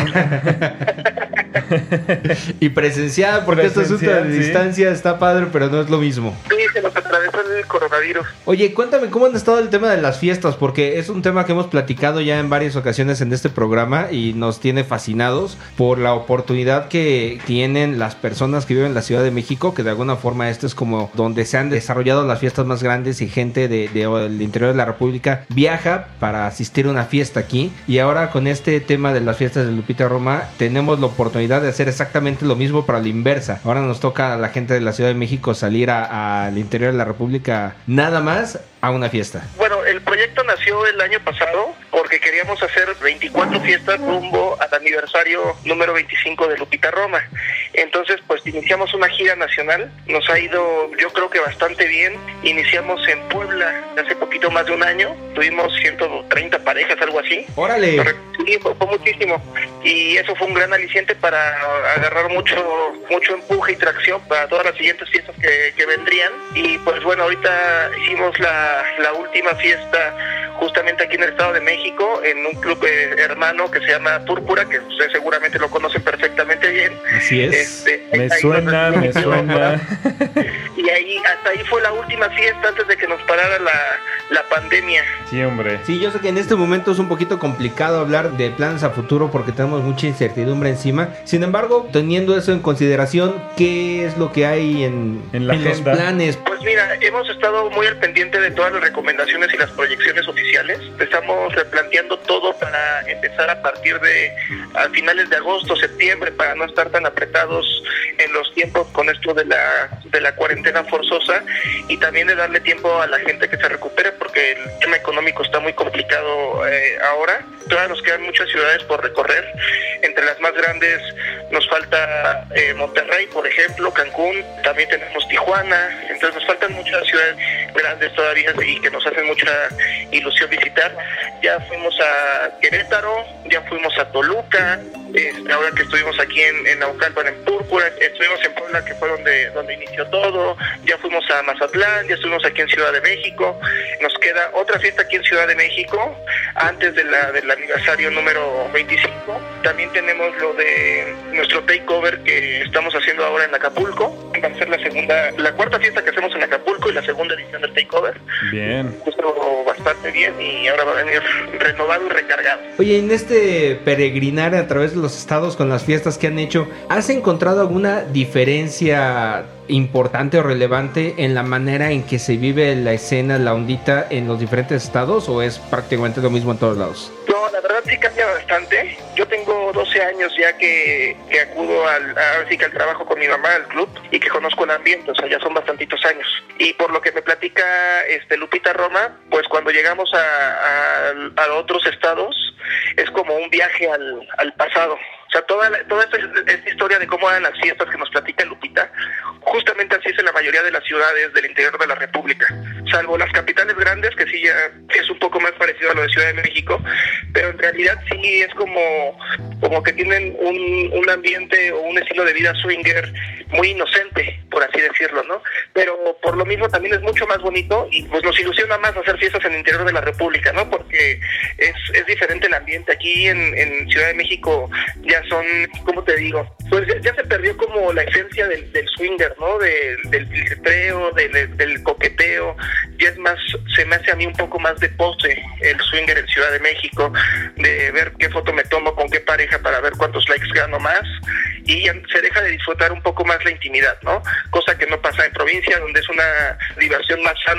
Y presencial, porque este asunto de distancia está padre, pero no es lo mismo. Sí, se nos atravesó el coronavirus. Oye, cuéntame, ¿cómo han estado el tema de las fiestas? Porque es un tema que hemos platicado ya en varias ocasiones en este programa y nos tiene fascinados por la oportunidad que tienen las personas que viven en la Ciudad de México, que de alguna forma este es como donde se han desarrollado las fiestas más grandes y gente del interior de la República viaja para asistir a una fiesta aquí. Y ahora con este tema de las fiestas de Lupita Roma tenemos la oportunidad de hacer exactamente lo mismo, pero a la inversa. Ahora nos toca a la gente de la Ciudad de México salir al interior de la República nada más a una fiesta. Bueno, el proyecto nació el año pasado porque queríamos hacer 24 fiestas rumbo al aniversario número 25 de Lupita Roma. Entonces, pues iniciamos una gira nacional. Nos ha ido, yo creo que bastante bien. Iniciamos en Puebla hace poquito más de un año. Tuvimos 130 parejas, algo así. ¡Órale! Sí, fue muchísimo. Y eso fue un gran aliciente para agarrar mucho empuje y tracción para todas las siguientes fiestas que vendrían. Y pues bueno, ahorita hicimos la última fiesta justamente aquí en el Estado de México, en un club hermano que se llama Púrpura, que ustedes seguramente lo conocen perfectamente bien. Así es. Me suena. Y hasta ahí fue la última fiesta antes de que nos parara la pandemia. Sí, hombre. Sí, yo sé que en este momento es un poquito complicado hablar de planes a futuro porque tenemos mucha incertidumbre encima. Sin embargo, teniendo eso en consideración, ¿qué es lo que hay en los planes? Pues mira, hemos estado muy al pendiente de todas las recomendaciones y las proyecciones oficiales. Estamos replanteando todo para empezar a partir de a finales de agosto, septiembre, para no estar tan apretados en los tiempos con esto de la cuarentena forzosa, y también de darle tiempo a la gente que se recupere, porque el tema económico está muy complicado ahora. Todavía nos quedan muchas ciudades por recorrer. Entre las más grandes nos falta Monterrey, por ejemplo, Cancún, también tenemos Tijuana. Entonces nos faltan muchas ciudades grandes todavía y que nos hacen mucha ilusión visitar. Ya fuimos a Querétaro, ya fuimos a Toluca, ahora que estuvimos aquí en Naucalpan, en Púrpura, estuvimos en Puebla, que fue donde inició todo, ya fuimos a Mazatlán, ya estuvimos aquí en Ciudad de México. Nos queda otra fiesta aquí en Ciudad de México antes del aniversario número 25. También tenemos lo de nuestro takeover que estamos haciendo ahora en Acapulco. Va a ser la cuarta fiesta que hacemos en Acapulco y la segunda edición del takeover. Bien. Estuvo bastante bien y ahora va a venir renovado y recargado. Oye, en este peregrinar a través de los estados con las fiestas que han hecho, ¿has encontrado alguna diferencia importante o relevante en la manera en que se vive la escena, la ondita en los diferentes estados, o es prácticamente lo mismo en todos lados? No, la verdad sí cambia bastante. Yo tengo 12 años ya que acudo al trabajo con mi mamá al club y que conozco el ambiente, o sea, ya son bastantitos años. Y por lo que me platica Lupita Roma, pues cuando llegamos a otros estados es como un viaje al pasado. O sea, toda esta historia de cómo eran las fiestas que nos platica Lupita, justamente así es en la mayoría de las ciudades del interior de la República, salvo las capitales grandes, que sí ya es un poco más parecido a lo de Ciudad de México, pero en realidad sí es como que tienen un ambiente o un estilo de vida swinger muy inocente, por así decirlo, ¿no? Pero por lo mismo también es mucho más bonito y pues nos ilusiona más hacer fiestas en el interior de la República, ¿no? Porque es diferente el ambiente. Aquí en Ciudad de México ya son, ¿cómo te digo? Pues ya se perdió como la esencia del swinger, ¿no? Del filtreo, del coqueteo. Ya es más, se me hace a mí un poco más de pose el swinger en Ciudad de México, de ver qué foto me tomo con qué pareja para ver cuántos likes gano más, y ya se deja de disfrutar un poco más la intimidad, ¿no? Cosa que no pasa en provincia, donde es una diversión más sana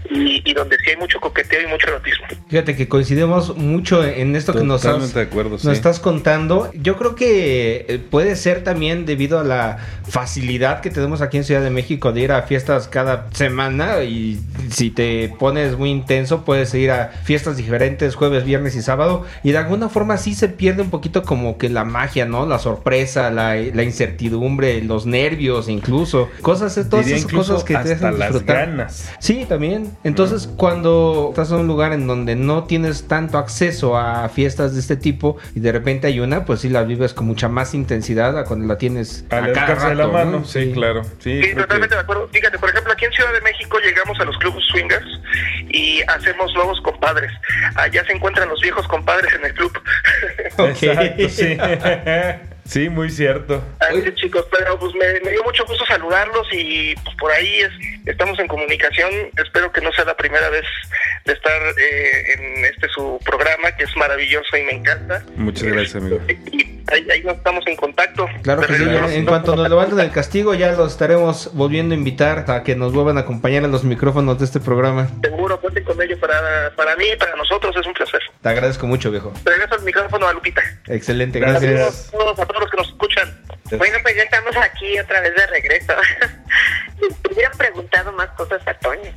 y donde sí hay mucho coqueteo y mucho erotismo. Fíjate que coincidimos mucho en esto que nos Totalmente de acuerdo, sí. nos estás contando. Yo creo que puede ser también debido a la facilidad que tenemos aquí en Ciudad de México de ir a fiestas cada semana, y si te pones muy intenso puedes ir a fiestas diferentes jueves, viernes y sábado, y de alguna forma sí se pierde un poquito como que la magia, ¿no? La sorpresa, la incertidumbre, los nervios incluso, todas esas cosas que te hasta hacen las disfrutar. ganas. Sí, también. Entonces, cuando estás en un lugar en donde no tienes tanto acceso a fiestas de este tipo y de repente hay una, pues sí la vives con mucha más intensidad a cuando la tienes Al a cada alcance de la rato, mano, ¿no? sí, claro. Sí, Sí, totalmente de acuerdo. Fíjate, por ejemplo, aquí en Ciudad de México llegamos a los clubes swingers y hacemos nuevos compadres. Allá se encuentran los viejos compadres en el club. Ok. Exacto, sí. Sí, muy cierto. Así es, chicos, pero pues me dio mucho gusto saludarlos y pues por ahí estamos en comunicación. Espero que no sea la primera vez de estar en su programa, que es maravilloso y me encanta. Muchas gracias, amigo. Y ahí nos estamos en contacto. Claro que sí, en cuanto nos levanten del castigo ya los estaremos volviendo a invitar a que nos vuelvan a acompañar en los micrófonos de este programa. Seguro, cuenten con ello para mí y para nosotros, es un placer. Te agradezco mucho, viejo. Regreso el micrófono a Lupita. Excelente, Gracias. gracias. A todos los que nos escuchan. Bueno, pues ya estamos aquí otra vez de regreso. Me hubieran preguntado más cosas a Toño.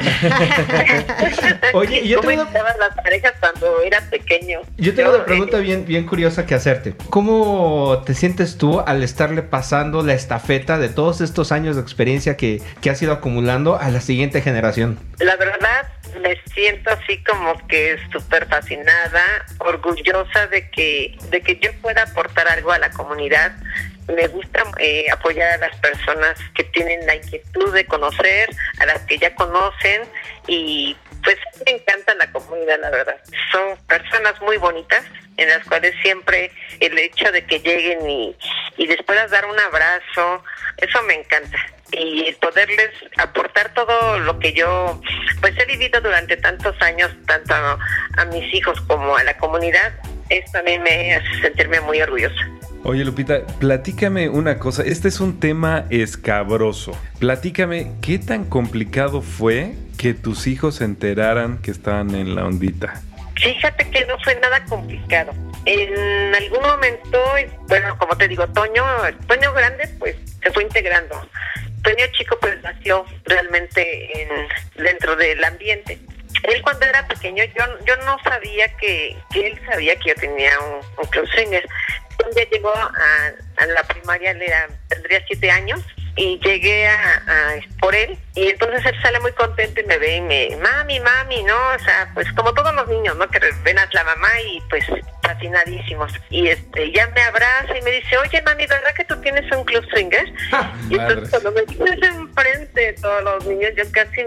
Oye, yo ¿Cómo tengo- estaban las parejas cuando era pequeño? Yo tengo una pregunta bien curiosa que hacerte. ¿Cómo te sientes tú al estarle pasando la estafeta de todos estos años de experiencia que has ido acumulando a la siguiente generación? La verdad, me siento así como que súper fascinada, orgullosa de que yo pueda aportar algo a la comunidad. Me gusta apoyar a las personas que tienen la inquietud de conocer, a las que ya conocen, y pues me encanta la comunidad, la verdad. Son personas muy bonitas, en las cuales siempre el hecho de que lleguen y les puedas dar un abrazo, eso me encanta. Y poderles aportar todo lo que yo pues he vivido durante tantos años, tanto a mis hijos como a la comunidad, eso también me hace sentirme muy orgullosa. Oye, Lupita, platícame una cosa. Este es un tema escabroso. Platícame, ¿qué tan complicado fue que tus hijos se enteraran que estaban en la ondita? Fíjate que no fue nada complicado. En algún momento, bueno, como te digo, Toño grande pues se fue integrando. Toño chico pues nació realmente dentro del ambiente. Él cuando era pequeño yo no sabía que él sabía que yo tenía un club swinger. Un día llegó a la primaria, tendría 7 años, y llegué a por él, y entonces él sale muy contento y me ve y me, mami, ¿no? O sea, pues como todos los niños, ¿no? Que ven a la mamá y pues fascinadísimos. Y ya me abraza y me dice, oye, mami, ¿verdad que tú tienes un club swinger? Y entonces cuando me tienes enfrente de todos los niños, yo casi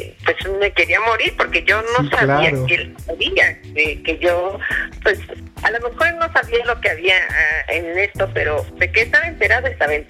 me quería morir, porque yo no sabía claro. que él sabía, que yo, pues, a lo mejor él no sabía lo que había en esto, pero de que estaba enterado.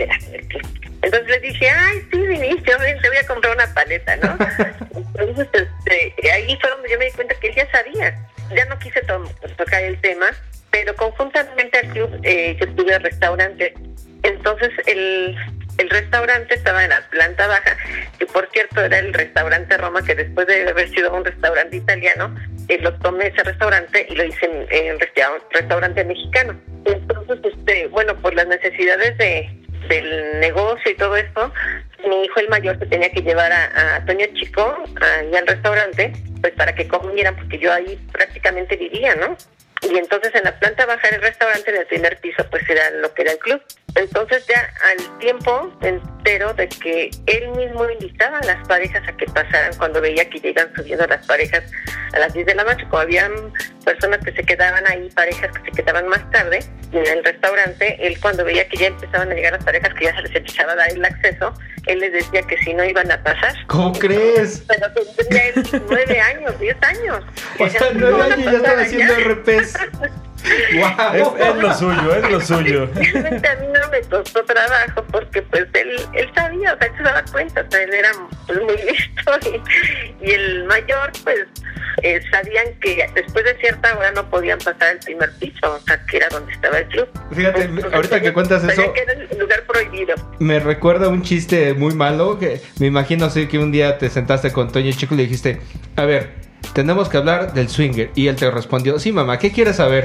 Entonces le dije, ay, sí, Vinicio, te voy a comprar una paleta, ¿no? Entonces, ahí fue donde yo me di cuenta que él ya sabía. Ya no quise tocar el tema, pero conjuntamente al club yo tuve el restaurante. Entonces, el restaurante estaba en la planta baja, que por cierto era el restaurante Roma, que después de haber sido un restaurante italiano, lo tomé ese restaurante y lo hice en restaurante mexicano. Entonces, bueno, por las necesidades del negocio y todo esto, mi hijo el mayor se tenía que llevar a Toño chico ahí al restaurante, pues para que comieran, porque yo ahí prácticamente vivía, ¿no? Y entonces en la planta baja del restaurante, en el primer piso, pues era lo que era el club. Entonces ya al tiempo me entero de que él mismo invitaba a las parejas a que pasaran cuando veía que llegan subiendo las parejas a las 10 de la noche. Como habían personas que se quedaban ahí, parejas que se quedaban más tarde en el restaurante, él cuando veía que ya empezaban a llegar las parejas, que ya se les empezaba a dar el acceso, él les decía que si no iban a pasar. ¿Cómo crees? Pero tenía él 9 años, 10 años. O sea, 9 años ya están haciendo RPs. Es lo suyo, es lo suyo. Realmente a mí no me costó trabajo porque pues él sabía, o sea, él se daba cuenta, o sea, él era pues, muy listo y el mayor pues sabían que después de cierta hora no podían pasar al primer piso, o sea, que era donde estaba el club. Fíjate, Entonces, ahorita que cuentas sabían eso, que era el lugar prohibido. me recuerda un chiste muy malo que me imagino así que un día te sentaste con Toño Chico y le dijiste, a ver, tenemos que hablar del swinger. Y él te respondió, sí mamá, ¿qué quieres saber?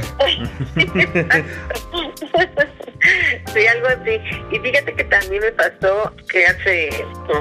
Sí, algo así. Y fíjate que también me pasó que hace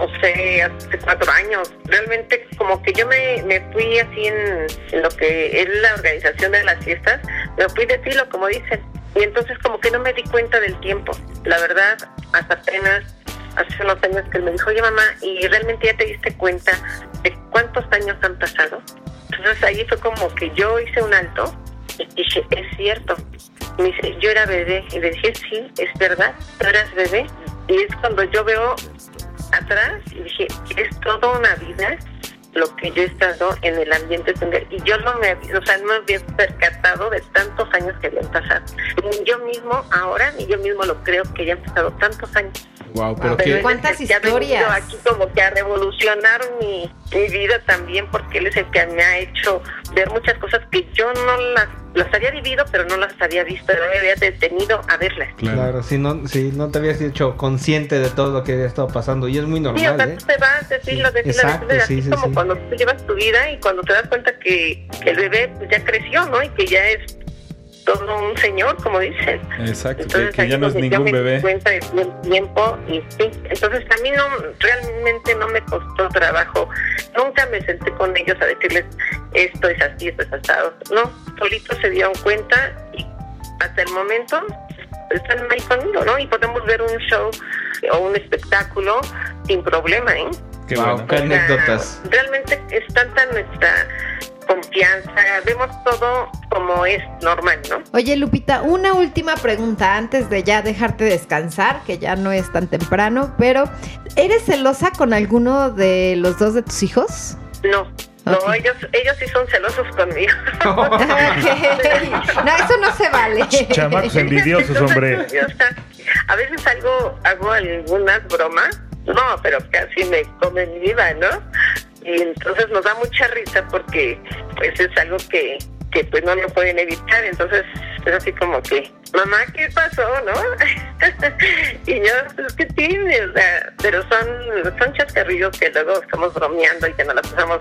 4 años, realmente como que yo me fui así en lo que es la organización de las fiestas, me fui de tiro, como dicen. Y entonces como que no me di cuenta del tiempo. La verdad, hasta apenas hace unos años que él me dijo, oye mamá, ¿y realmente ya te diste cuenta de cuántos años han pasado? Entonces ahí fue como que yo hice un alto y dije, es cierto. Me dice, yo era bebé. Y le dije, sí, es verdad, tú eras bebé. Y es cuando yo veo atrás y dije, es toda una vida lo que yo he estado en el ambiente swinger. Y yo no me había percatado de tantos años que habían pasado. Ni yo mismo ahora, ni yo mismo lo creo que hayan pasado tantos años. Wow, pero Pero que... ¿cuántas Ya ha venido historias? aquí como que a revolucionar mi vida también, porque él es el que me ha hecho ver muchas cosas que yo no las había vivido, pero no las había visto, no me había detenido a verlas. Claro, si no te habías hecho consciente de todo lo que había estado pasando. Y es muy normal, Sí, o sea, ¿eh? tú te vas, decirlo, Exacto, así sí, como sí. cuando tú llevas tu vida y cuando te das cuenta que el bebé pues, ya creció, ¿no? Y que ya es todo un señor, como dicen. Exacto, Entonces, que ahí ya no es donde ningún yo me bebé. di cuenta del tiempo y sí. Entonces a mí realmente no me costó trabajo. Nunca me senté con ellos a decirles esto es así, esto es asado. No, solitos se dieron cuenta y hasta el momento están ahí conmigo, ¿no? Y podemos ver un show o un espectáculo sin problema, ¿eh? Qué Wow, bueno. qué anécdotas. Realmente es tanta nuestra confianza, vemos todo como es normal, ¿no? Oye, Lupita, una última pregunta antes de ya dejarte descansar, que ya no es tan temprano, pero ¿eres celosa con alguno de los dos de tus hijos? No, Ok. ellos sí son celosos conmigo. Ok. No, eso no se vale. Chamacos envidiosos, hombre. A veces hago algunas bromas, no, pero casi me comen viva, ¿no? Y entonces nos da mucha risa porque pues es algo que pues no lo pueden evitar, entonces es así como que, mamá, ¿qué pasó, no? Y yo, pues, ¿qué tiene? O sea, pero son chascarrillos que luego estamos bromeando y que nos la pasamos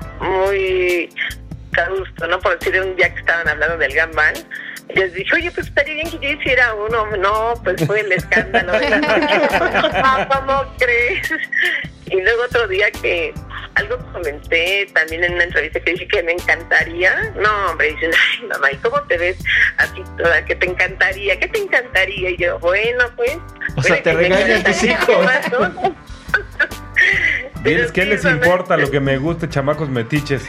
muy a gusto, ¿no? Por decir, un día que estaban hablando del gambán, les dije, oye, pues estaría bien que yo hiciera uno. No, pues fue el escándalo de la noche. ¿Cómo crees? Y luego otro día que algo comenté también en una entrevista que dije que me encantaría. No, hombre, dicen, ay, mamá, ¿y cómo te ves así toda? ¿Qué te encantaría? ¿Qué te encantaría? Y yo, bueno, pues. O sea, te regañan tus hijos. Diles, ¿qué les importa lo que me guste, chamacos metiches?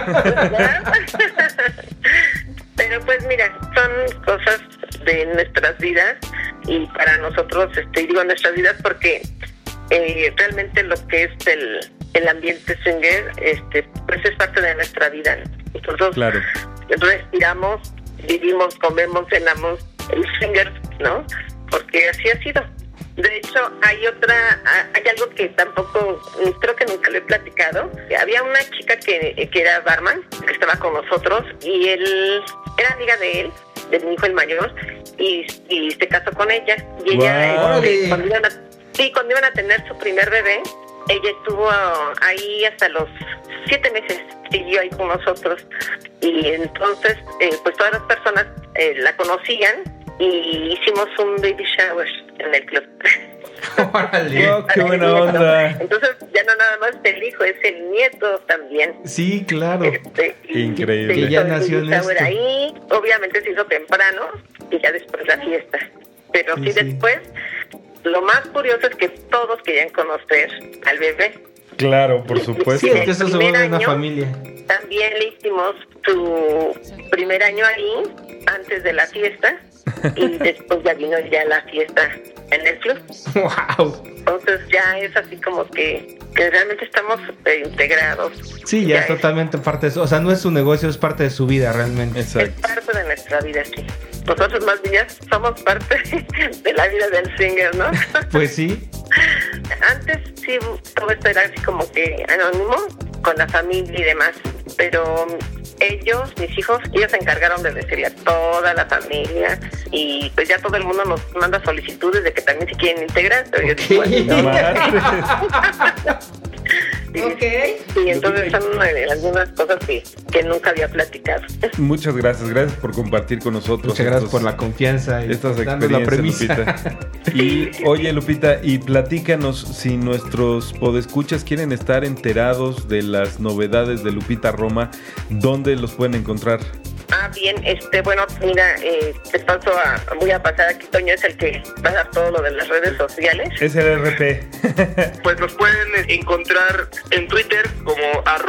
Pero pues mira, son cosas de nuestras vidas y para nosotros, digo nuestras vidas porque realmente lo que es el ambiente swinger, pues es parte de nuestra vida. Nosotros Claro. respiramos, vivimos, comemos, cenamos el swinger, ¿no? Porque así ha sido. De hecho, hay algo que tampoco, creo que nunca lo he platicado. Había una chica que era barman, que estaba con nosotros, y él era amiga de él, de mi hijo el mayor, y se casó con ella. Y ella, Wow. cuando iban a tener su primer bebé, ella estuvo ahí hasta los 7 meses, siguió ahí con nosotros. Y entonces, pues todas las personas la conocían, y hicimos un baby shower en el club. Órale. Oh, qué buena onda. Entonces ya no nada más el hijo, es el nieto también. Sí, claro. Increíble. Que ya nació en esto. Ahí, obviamente se hizo temprano y ya después la fiesta. Pero Sí, sí, sí. después, lo más curioso es que todos querían conocer al bebé. Claro, por supuesto. Sí, es que eso se vuelve una familia. También le hicimos su primer año ahí, antes de la fiesta, y después ya vino ya la fiesta en el club. Wow. Entonces ya es así como que realmente estamos integrados. Sí, ya es totalmente parte de eso. O sea, no es su negocio, es parte de su vida realmente. Es Exacto. parte de nuestra vida, sí. nosotros más bien ya somos parte de la vida del swinger, ¿no? Pues sí. Antes sí, todo esto era así como que anónimo, con la familia y demás, pero ellos, mis hijos, ellos se encargaron de decirle a toda la familia y pues ya todo el mundo nos manda solicitudes de que también se quieren integrar, pero yo digo, bueno, Ok. y entonces son algunas cosas que nunca había platicado. Muchas gracias por compartir con nosotros. Muchas gracias por la confianza y estas darnos la experiencias, premisa. Lupita. Y oye, Lupita, y platícanos si nuestros podescuchas quieren estar enterados de las novedades de Lupita Roma, ¿dónde los pueden encontrar? Ah, bien, bueno, mira, voy a pasar aquí, Toño es el que va a dar todo lo de las redes sociales. Es el RP. Pues nos pueden encontrar en Twitter como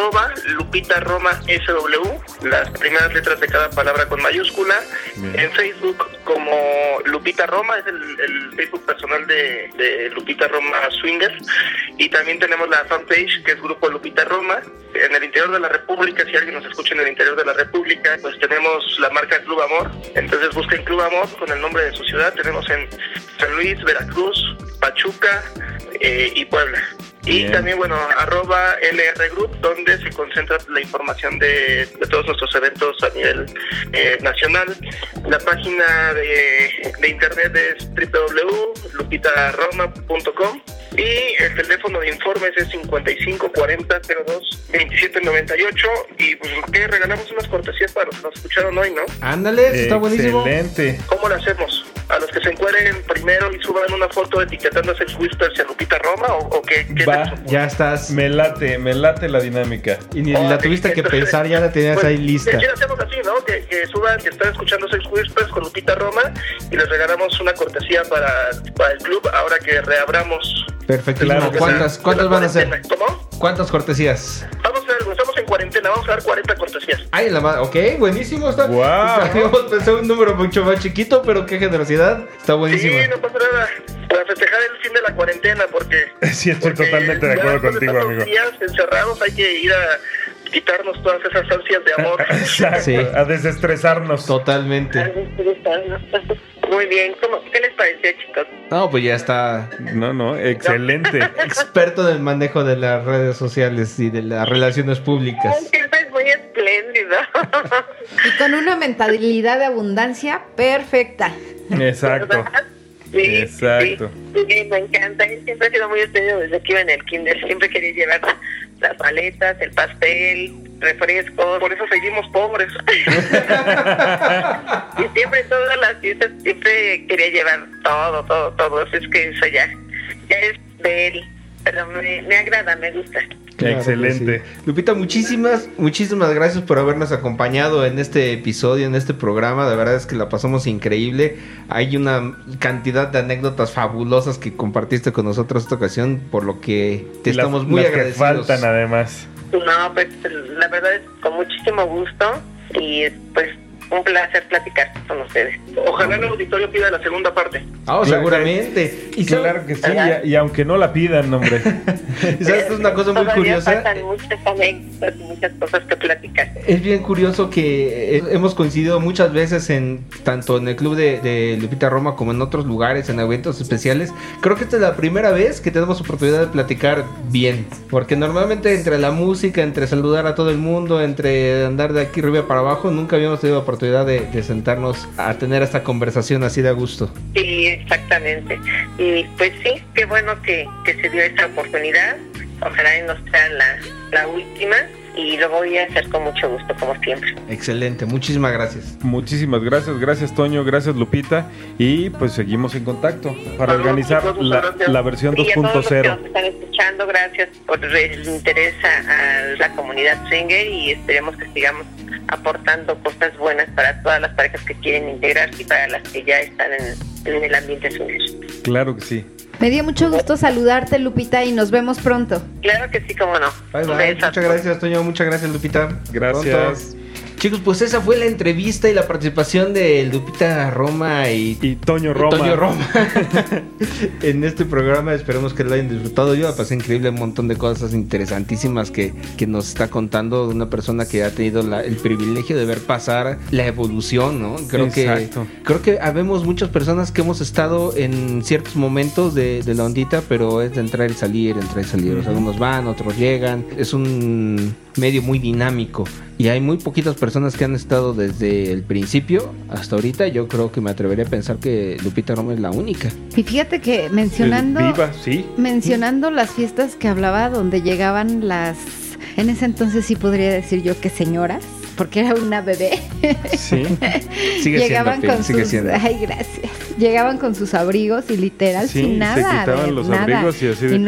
@LupitaRomaSW, las primeras letras de cada palabra con mayúscula. Bien. En Facebook como Lupita Roma, es el Facebook personal de Lupita Roma Swinger. Y también tenemos la fanpage que es Grupo Lupita Roma. En el interior de la República, si alguien nos escucha en el interior de la República, pues tenemos la marca Club Amor. Entonces busquen Club Amor con el nombre de su ciudad. Tenemos en San Luis, Veracruz, Pachuca y Puebla. Y Bien. también, bueno, @LR Group, donde se concentra la información de todos nuestros eventos a nivel nacional. La página de internet es www.lupitaroma.com y el teléfono de informes es 55 40 02 27 98. Y pues, ¿qué? Regalamos unas cortesías para los que nos escucharon hoy, ¿no? Ándale, está buenísimo. Excelente. ¿Cómo lo hacemos? ¿A los que se encuentren primero y suban una foto etiquetando a Sex Whispers y a Lupita Roma o qué? Va, Ya estás. Me late la dinámica. Y ni la tuviste que pensar, ya la tenías ahí lista. Si hacemos así, ¿no? Que suban, que están escuchando Sex Whispers con Lupita Roma y les regalamos una cortesía para el club ahora que reabramos. Perfectísimo. Claro que ¿Cuántas van a ser? ¿Cómo? ¿Cuántas cortesías? Vamos a ver, estamos en cuarentena, vamos a dar 40 cortesías. Ay, ok, buenísimo. Está. Guau. Habíamos pensado un número mucho más chiquito, pero qué generosidad. Está buenísimo. Sí, no pasa nada. Para festejar el fin de la cuarentena, porque... Sí, estoy porque totalmente de ya acuerdo después de contigo, tantos amigo. días encerrados hay que ir a quitarnos todas esas ansias de amor. Exacto, Sí. a desestresarnos. Totalmente. Muy bien, ¿qué les pareció, chicos? No, pues ya está No, excelente. experto en el manejo de las redes sociales y de las relaciones públicas. Siempre es muy espléndido. Y con una mentalidad de abundancia perfecta. Exacto. ¿Verdad? Sí, Exacto. Sí, me encanta. Yo siempre he sido muy espléndido desde que iba en el kinder. Siempre quería llevar las paletas, el pastel, refrescos. Por eso seguimos pobres. Y siempre en todas las fiestas siempre quería llevar todo. Así es que eso ya es de él. Pero me agrada, me gusta. Claro Excelente. que sí. Lupita, muchísimas gracias por habernos acompañado en este episodio, en este programa. De verdad es que la pasamos increíble. Hay una cantidad de anécdotas fabulosas que compartiste con nosotros esta ocasión, por lo que te estamos muy las agradecidos. que faltan además. No, pues la verdad es con muchísimo gusto y pues un placer platicar con ustedes. Ojalá el auditorio pida la segunda parte. Ah, seguramente. Y Claro que sí, y aunque no la pidan, hombre. y sabes, esto es una cosa muy Todavía curiosa. faltan muchas anécdotas y muchas cosas que platicar. Es bien curioso que hemos coincidido muchas veces tanto en el club de Lupita Roma como en otros lugares, en eventos especiales. Creo que esta es la primera vez que tenemos oportunidad de platicar bien, porque normalmente entre la música, entre saludar a todo el mundo, entre andar de aquí arriba para abajo, nunca habíamos tenido oportunidad de sentarnos a tener esta conversación así de a gusto. Sí, exactamente. Y pues sí, qué bueno que se dio esta oportunidad. Ojalá y no sea la última. Y lo voy a hacer con mucho gusto, como siempre. Excelente, muchísimas gracias. Muchísimas gracias Toño, gracias Lupita, y pues seguimos en contacto para Saludos, organizar chicos, muchas gracias. la versión Y a todos los que 2.0. nos están escuchando, gracias por el interés a la comunidad swinger y esperemos que sigamos aportando cosas buenas para todas las parejas que quieren integrarse y para las que ya están en el ambiente swinger. Claro que sí. Me dio mucho gusto saludarte, Lupita, y nos vemos pronto. Claro que sí, cómo no. Bye, Un bye. beso a Muchas gracias, Toño. Muchas gracias, Lupita. Gracias. Pronto. Chicos, pues esa fue la entrevista y la participación de Lupita Roma y Toño Roma. En este programa. Esperemos que lo hayan disfrutado. Yo la pasé increíble, un montón de cosas interesantísimas que nos está contando de una persona que ha tenido el privilegio de ver pasar la evolución, ¿no? Creo que habemos muchas personas que hemos estado en ciertos momentos de la ondita, pero es de entrar y salir. O sea, unos van, otros llegan. Es un medio muy dinámico y hay muy poquitas personas que han estado desde el principio hasta ahorita. Yo creo que me atrevería a pensar que Lupita Roma es la única. Y fíjate que mencionando las fiestas que hablaba, donde llegaban en ese entonces sí podría decir yo que señoras, porque era una bebé. Sí. Llegaban con sus... Ay, gracias. Llegaban con sus abrigos y literal sin nada. Se quitaban los abrigos y así de...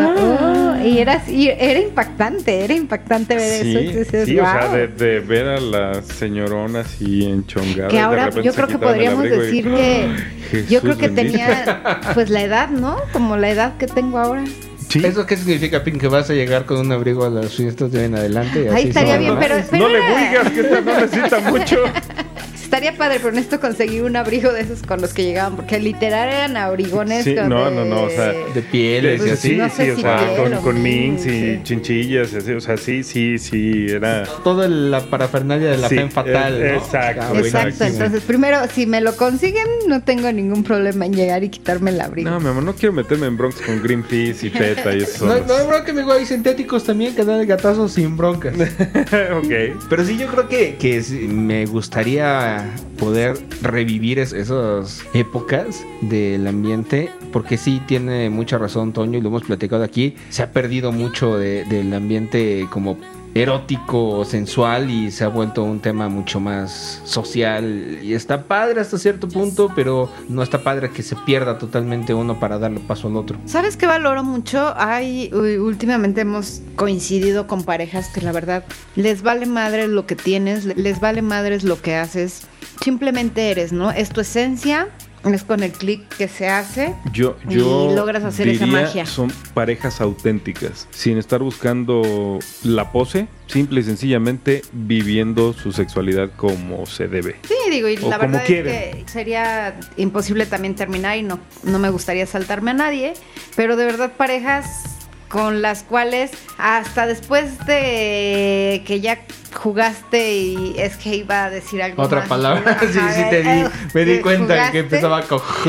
Y era impactante ver eso. Entonces, sí, wow. O sea, de ver a las señoronas y enchongadas. Que ahora yo creo que podríamos decir que... Yo creo que tenía pues la edad, ¿no? Como la edad que tengo ahora. ¿Sí? ¿Eso qué significa, Pink? ¿Que vas a llegar con un abrigo a las fiestas de en adelante? Ahí estaría bien, pero no le digas que no necesita mucho. Estaría padre, pero necesito conseguir un abrigo de esos con los que llegaban, porque literal eran abrigones. Sí, no, o sea, de pieles y así. No sé o sea, con minks y chinchillas y así, o sea, sí, era... Toda la parafernalia de la femme fatal, ¿no? Exacto. Entonces, primero, si me lo consiguen, no tengo ningún problema en llegar y quitarme el abrigo. No, mi amor, no quiero meterme en broncas con Greenpeace y PETA y eso. No hay bronca, amigo, hay sintéticos también que dan el gatazo sin broncas. Ok. Pero sí, yo creo que me gustaría poder revivir esas épocas del ambiente, porque sí tiene mucha razón Toño, y lo hemos platicado aquí. Se ha perdido mucho del ambiente como erótico, sensual, y se ha vuelto un tema mucho más social, y está padre hasta cierto punto, pero no está padre que se pierda totalmente uno para darle paso al otro. ¿Sabes qué valoro mucho? Últimamente hemos coincidido con parejas que la verdad les vale madre lo que tienes, les vale madre lo que haces, simplemente eres, ¿no? Es tu esencia. Es con el clic que se hace y logras hacer esa magia. Son parejas auténticas, sin estar buscando la pose, simple y sencillamente viviendo su sexualidad como se debe. Sí, digo, y la verdad es que sería imposible también terminar y no me gustaría saltarme a nadie, pero de verdad parejas con las cuales hasta después de que ya jugaste y es que iba a decir algo otra más. Palabra. Sí, me di cuenta jugaste, que empezaba a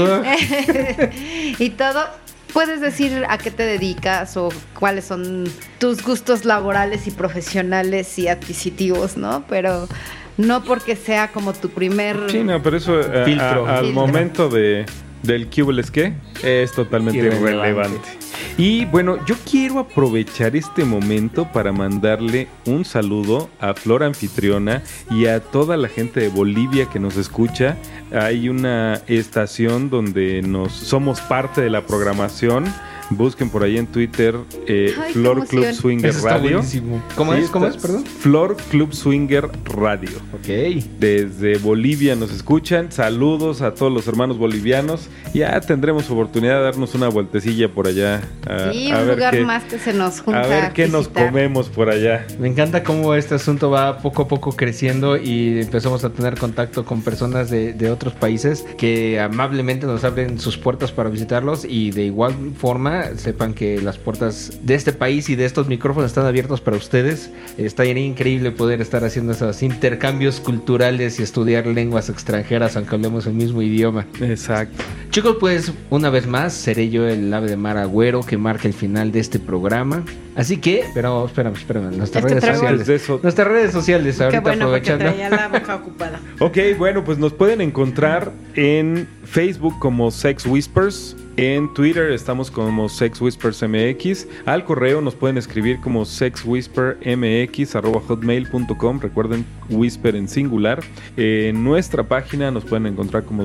coger y todo. Puedes decir a qué te dedicas o cuáles son tus gustos laborales y profesionales y adquisitivos, ¿no? Pero no porque sea como tu primer pero eso filtro. Al momento del ¿qué qué? Es totalmente irrelevante. Y bueno, yo quiero aprovechar este momento para mandarle un saludo a Flor Anfitriona y a toda la gente de Bolivia que nos escucha. Hay una estación donde somos parte de la programación. Busquen por ahí en Twitter Flor Club Swinger Radio. ¿Cómo es? Perdón. Flor Club Swinger Radio. Ok. Desde Bolivia nos escuchan. Saludos a todos los hermanos bolivianos. Ya tendremos oportunidad de darnos una vueltecilla por allá. Sí, un lugar más que se nos junta. A ver qué nos comemos por allá. Me encanta cómo este asunto va poco a poco creciendo y empezamos a tener contacto con personas de otros países que amablemente nos abren sus puertas para visitarlos, y de igual forma sepan que las puertas de este país y de estos micrófonos están abiertos para ustedes. Está increíble poder estar haciendo esos intercambios culturales y estudiar lenguas extranjeras aunque hablemos el mismo idioma. Exacto. Chicos, pues una vez más seré yo el ave de mar agüero que marca el final de este programa. Así que, pero espérame, nuestras redes sociales ahorita, bueno, aprovechando. Porque traía la boca ocupada. Ok, bueno, pues nos pueden encontrar en Facebook como Sex Whispers. En Twitter estamos como Sex Whispers MX. Al correo nos pueden escribir como sexwhispermx@hotmail.com. Recuerden, whisper en singular. En nuestra página nos pueden encontrar como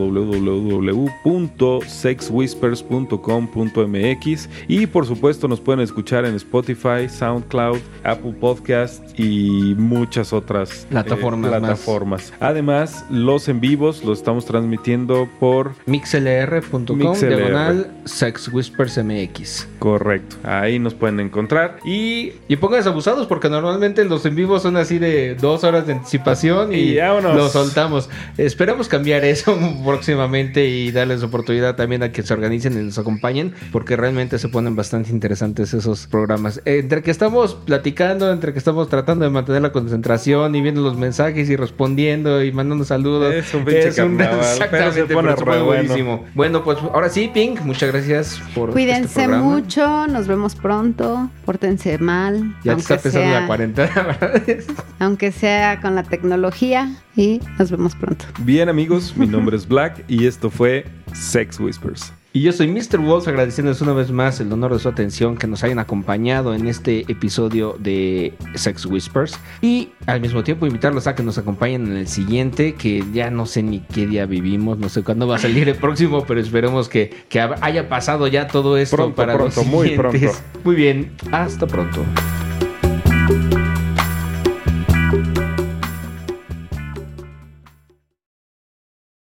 www.sexwhispers.com.mx. Y por supuesto nos pueden escuchar en Spotify, SoundCloud, Apple Podcast y muchas otras plataformas. Además, los en vivos los estamos transmitiendo por mixlr.com/. Sex Whispers MX. Correcto, ahí nos pueden encontrar. Y pónganse abusados porque normalmente los en vivo son así de 2 horas de anticipación y vámonos. Los soltamos. Esperamos cambiar eso próximamente y darles oportunidad también a que se organicen y nos acompañen, porque realmente se ponen bastante interesantes esos programas. Entre que estamos platicando, entre que estamos tratando de mantener la concentración y viendo los mensajes y respondiendo y mandando saludos. Es un pinche carnaval, exactamente, pero se pone pero re buenísimo. Bueno, pues ahora sí, Pink, muchas gracias por Cuídense este programa. mucho, nos vemos pronto, pórtense mal. Ya te está pensando la cuarentena, ¿verdad? Aunque sea con la tecnología, y nos vemos pronto. Bien, amigos, mi nombre es Black y esto fue Sex Whispers. Y yo soy Mr. Wolf, agradeciéndoles una vez más el honor de su atención, que nos hayan acompañado en este episodio de Sex Whispers. Y al mismo tiempo invitarlos a que nos acompañen en el siguiente, que ya no sé ni qué día vivimos, no sé cuándo va a salir el próximo, pero esperemos que haya pasado ya todo esto Pronto, para pronto, los muy siguientes. pronto. Muy bien, hasta pronto.